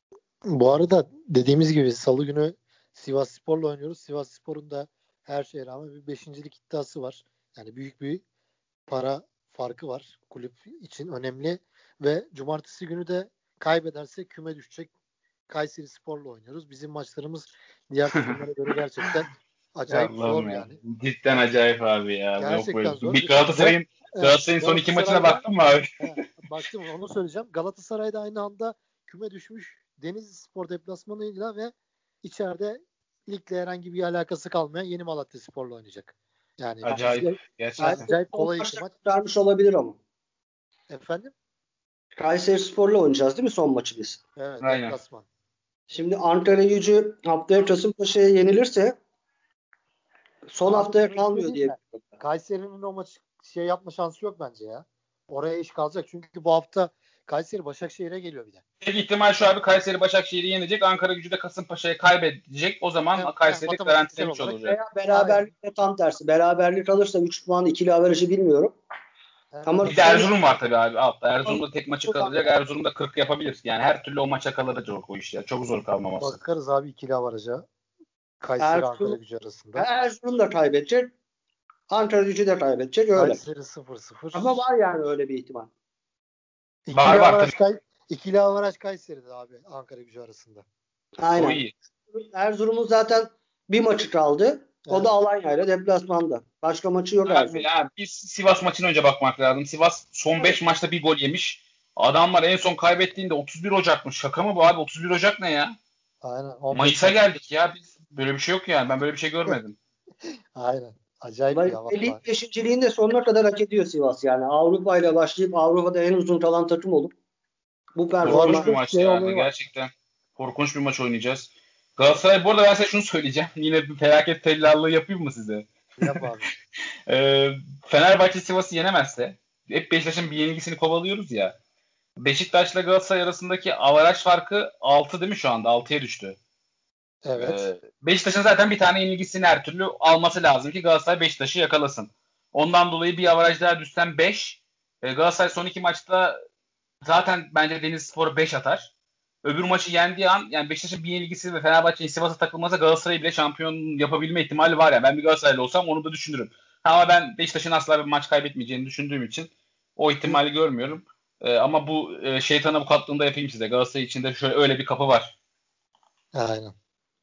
Bu arada dediğimiz gibi Salı günü Sivasspor'la oynuyoruz. Sivasspor'un da her şeye rağmen bir beşincilik iddiası var. Yani büyük bir para farkı var. Kulüp için önemli. Ve cumartesi günü de kaybederse küme düşecek Kayserispor'la oynuyoruz. Bizim maçlarımız diğer takımlara göre gerçekten acayip zor ya. yani. Cidden acayip abi ya. Gerçekten Yok zor. Bir Galatasaray'ın Galatasaray'ın son iki maçına baktın mı abi? He, baktım onu söyleyeceğim. Galatasaray'da aynı anda küme düşmüş Denizlispor deplasmanıyla ve içeride ligle herhangi bir alakası kalmayan Yeni Malatyaspor'la oynayacak. Yani Acayip. bizde Gerçekten. acayip kolay iki maç. Kurtarmış olabilir ama. Efendim? Kayserispor'la oynayacağız değil mi son maçı biz? Evet, Aynen. deplasman. Şimdi Ankaragücü haftaya Kasımpaşa'ya yenilirse son Abi, haftaya kalmıyor diye. Kayseri'nin o maçı şey yapma şansı yok bence ya. Oraya iş kalacak. Çünkü bu hafta Kayseri Başakşehir'e geliyor bir de. Tek ihtimal şu abi, Kayseri Başakşehir'i yenecek. Ankara Gücü de Kasımpaşa'yı kaybedecek. O zaman Hem, Kayseri hem garantilemiş olarak olacak. Veya beraberlik de tam tersi. Beraberlik alırsa üç puan ikili averajı bilmiyorum. hem Ama Bir de Erzurum var tabii abi altta. Erzurum'da tek maçı kalacak. Erzurum'da kırk yapabilir. Yani her türlü o maça kalacak o iş ya. Çok zor kalmaması. bakarız abi ikili avaraja. Kayseri Ankara Gücü arasında. Erzurum da kaybedecek. Ankaragücü de kaybedecek öyle. Kayseri sıfır sıfır. Ama var yani öyle bir ihtimal. İkili Var, var avaraj, Kay, ikili avaraj Kayseri'de abi Ankara Gücü arasında. Aynen. O iyi. Erzurum'un zaten bir maçı kaldı. Evet. O da Alanya'yla deplasmanda. Başka maçı yok Erzurum. Abi, ya, biz Sivas maçına önce bakmak lazım. Sivas son beş maçta bir gol yemiş. Adamlar en son kaybettiğinde otuz bir Ocak'mış. Şaka mı bu abi? otuz bir Ocak ne ya? Aynen. Mayıs'a geldik ya. Biz böyle bir şey yok yani. Ben böyle bir şey görmedim. Aynen. Acayip bir hava Lig var. beşinciliğini de sonuna kadar hak ediyor Sivas yani. Avrupa ile başlayıp Avrupa'da en uzun kalan takım olup bu performans. Korkunç bir maç şey yani. Gerçekten korkunç bir maç oynayacağız. Galatasaray, bu arada ben size şunu söyleyeceğim. Yine bir felaket tellallığı yapayım mı size? Yap abi. ee, Fenerbahçe Sivas'ı yenemezse, hep Beşiktaş'ın bir yenilgisini kovalıyoruz ya. Beşiktaş'la Galatasaray arasındaki avaraj farkı altı değil mi şu anda? altıya düştü. Evet. Ee, Beşiktaş'ın zaten bir tane yenilgisini her türlü alması lazım ki Galatasaray Beşiktaş'ı yakalasın. Ondan dolayı bir avaraj daha düşsen beş. Ee, Galatasaray son iki maçta zaten bence Denizlispor'a beş atar. Öbür maçı yendiği an, yani Beşiktaş'ın bir yenilgisi ve Fenerbahçe'nin Sivas'a takılmasa Galatasaray'ı bile şampiyon yapabilme ihtimali var ya. Ben bir Galatasaraylı olsam onu da düşünürüm. Ama ben Beşiktaş'ın asla bir maç kaybetmeyeceğini düşündüğüm için o ihtimali görmüyorum. Ee, ama bu e, şeytan avukatlığında yapayım size. Galatasaray içinde şöyle öyle bir kapı var. Aynen.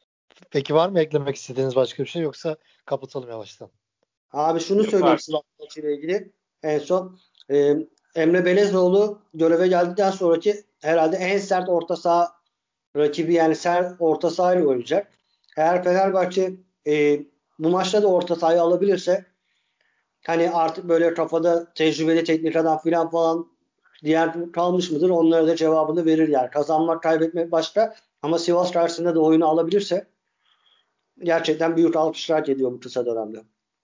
Peki var mı eklemek istediğiniz başka bir şey, yoksa kapatalım yavaştan? Abi şunu Yok söyleyeyim abi. Sivas maçıyla ilgili. En son e, Emre Belezoğlu göreve geldikten sonraki herhalde en sert orta saha rakibi, yani sert orta sahayla oynayacak. Eğer Fenerbahçe e, bu maçta da orta sahayı alabilirse, hani artık böyle kafada tecrübeli teknik adam filan falan diğer kalmış mıdır? Onlara da cevabını verir yani. Kazanmak, kaybetmek başka, ama Sivas karşısında da oyunu alabilirse gerçekten büyük alkışlar geliyor bu kısa dönemde.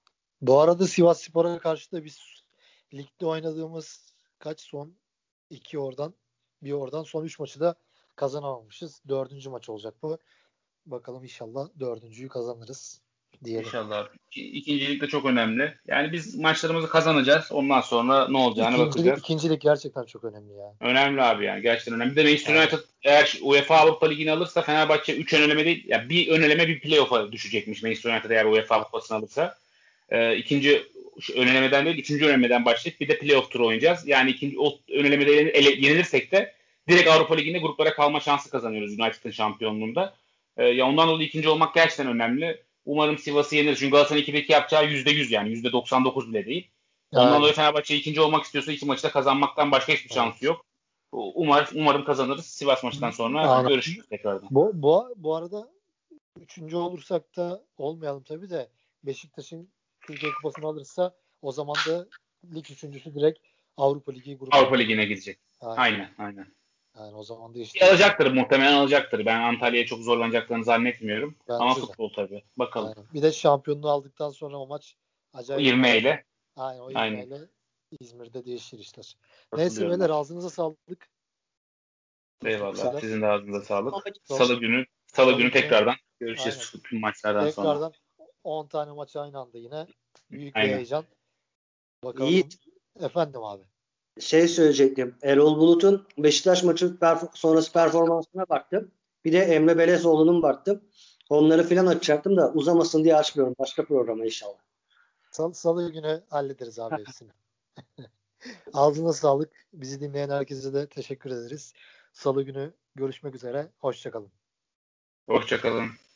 Bu arada Sivasspor'a karşı da biz ligde oynadığımız kaç son iki oradan bir oradan son üç maçı da kazanamamışız. Dördüncü maç olacak bu. Bakalım inşallah dördüncüyü kazanırız diyelim. İnşallah. İkincilik de çok önemli. Yani biz maçlarımızı kazanacağız. Ondan sonra ne olacağını İkincilik, bakacağız. ikincilik gerçekten çok önemli ya. Önemli abi yani. Gerçekten önemli. Bir de Manchester United eğer UEFA Avrupa Ligi'ni alırsa Fenerbahçe üç öneleme değil, ya bir öneleme bir playoff'a düşecekmiş Manchester United eğer UEFA Avrupa'sını alırsa. Ee, ikinci önelemeden değil, üçüncü önelemeden başlayıp bir de playoff turu oynayacağız. Yani ikinci o önelemede yenilirsek de direkt Avrupa Ligi'nde gruplara kalma şansı kazanıyoruz United'ın şampiyonluğunda. Ee, ya ondan dolayı ikinci olmak gerçekten önemli. Umarım Sivas'ı yeniriz. Çünkü Galatasaray'ın ikideki yapacağı yüzde yüz yani. yüzde doksan dokuz bile değil. Ondan Aynen. dolayı Fenerbahçe ikinci olmak istiyorsa iki maçı da kazanmaktan başka hiçbir Evet. şansı yok. Umar, umarım kazanırız. Sivas maçından sonra Aynen. görüşürüz tekrardan. Bu, bu, bu arada üçüncü olursak da olmayalım tabii de Beşiktaş'ın Türkiye Kupası'nı alırsa o zaman da lig üçüncüsü direkt Avrupa Ligi grubu. Avrupa Ligi'ne gidecek. Aynen. Aynen, aynen. Yani o zaman da işte alacaktır, muhtemelen alacaktır. Ben Antalya'ya çok zorlanacaklarını zannetmiyorum. Bence Ama de. futbol tabii. Bakalım. Aynen. Bir de şampiyonluğu aldıktan sonra o maç acayip. yirmi ile. Aynen o Aynen. yirmi ile İzmir'de değişir işler. Neyse beyler, ağzınıza sağlık. Eyvallah. Güzel. Sizin de ağzınıza sağlık. Son- Salı günü Salı günü günü- tekrardan görüşeceğiz Aynen. tüm maçlardan sonra. Tekrardan on tane maç aynı anda yine. Büyük bir Aynen. heyecan. Bakalım. İyi. Efendim abi. Şey söyleyecektim. Erol Bulut'un Beşiktaş maçı perf- sonrası performansına baktım. Bir de Emre Belezoğlu'nun baktım. Onları filan açacaktım da uzamasın diye açmıyorum. Başka programa inşallah. Salı, Salı günü hallederiz abi hepsini. Ağzına sağlık. Bizi dinleyen herkese de teşekkür ederiz. Salı günü görüşmek üzere. Hoşçakalın. Hoşçakalın.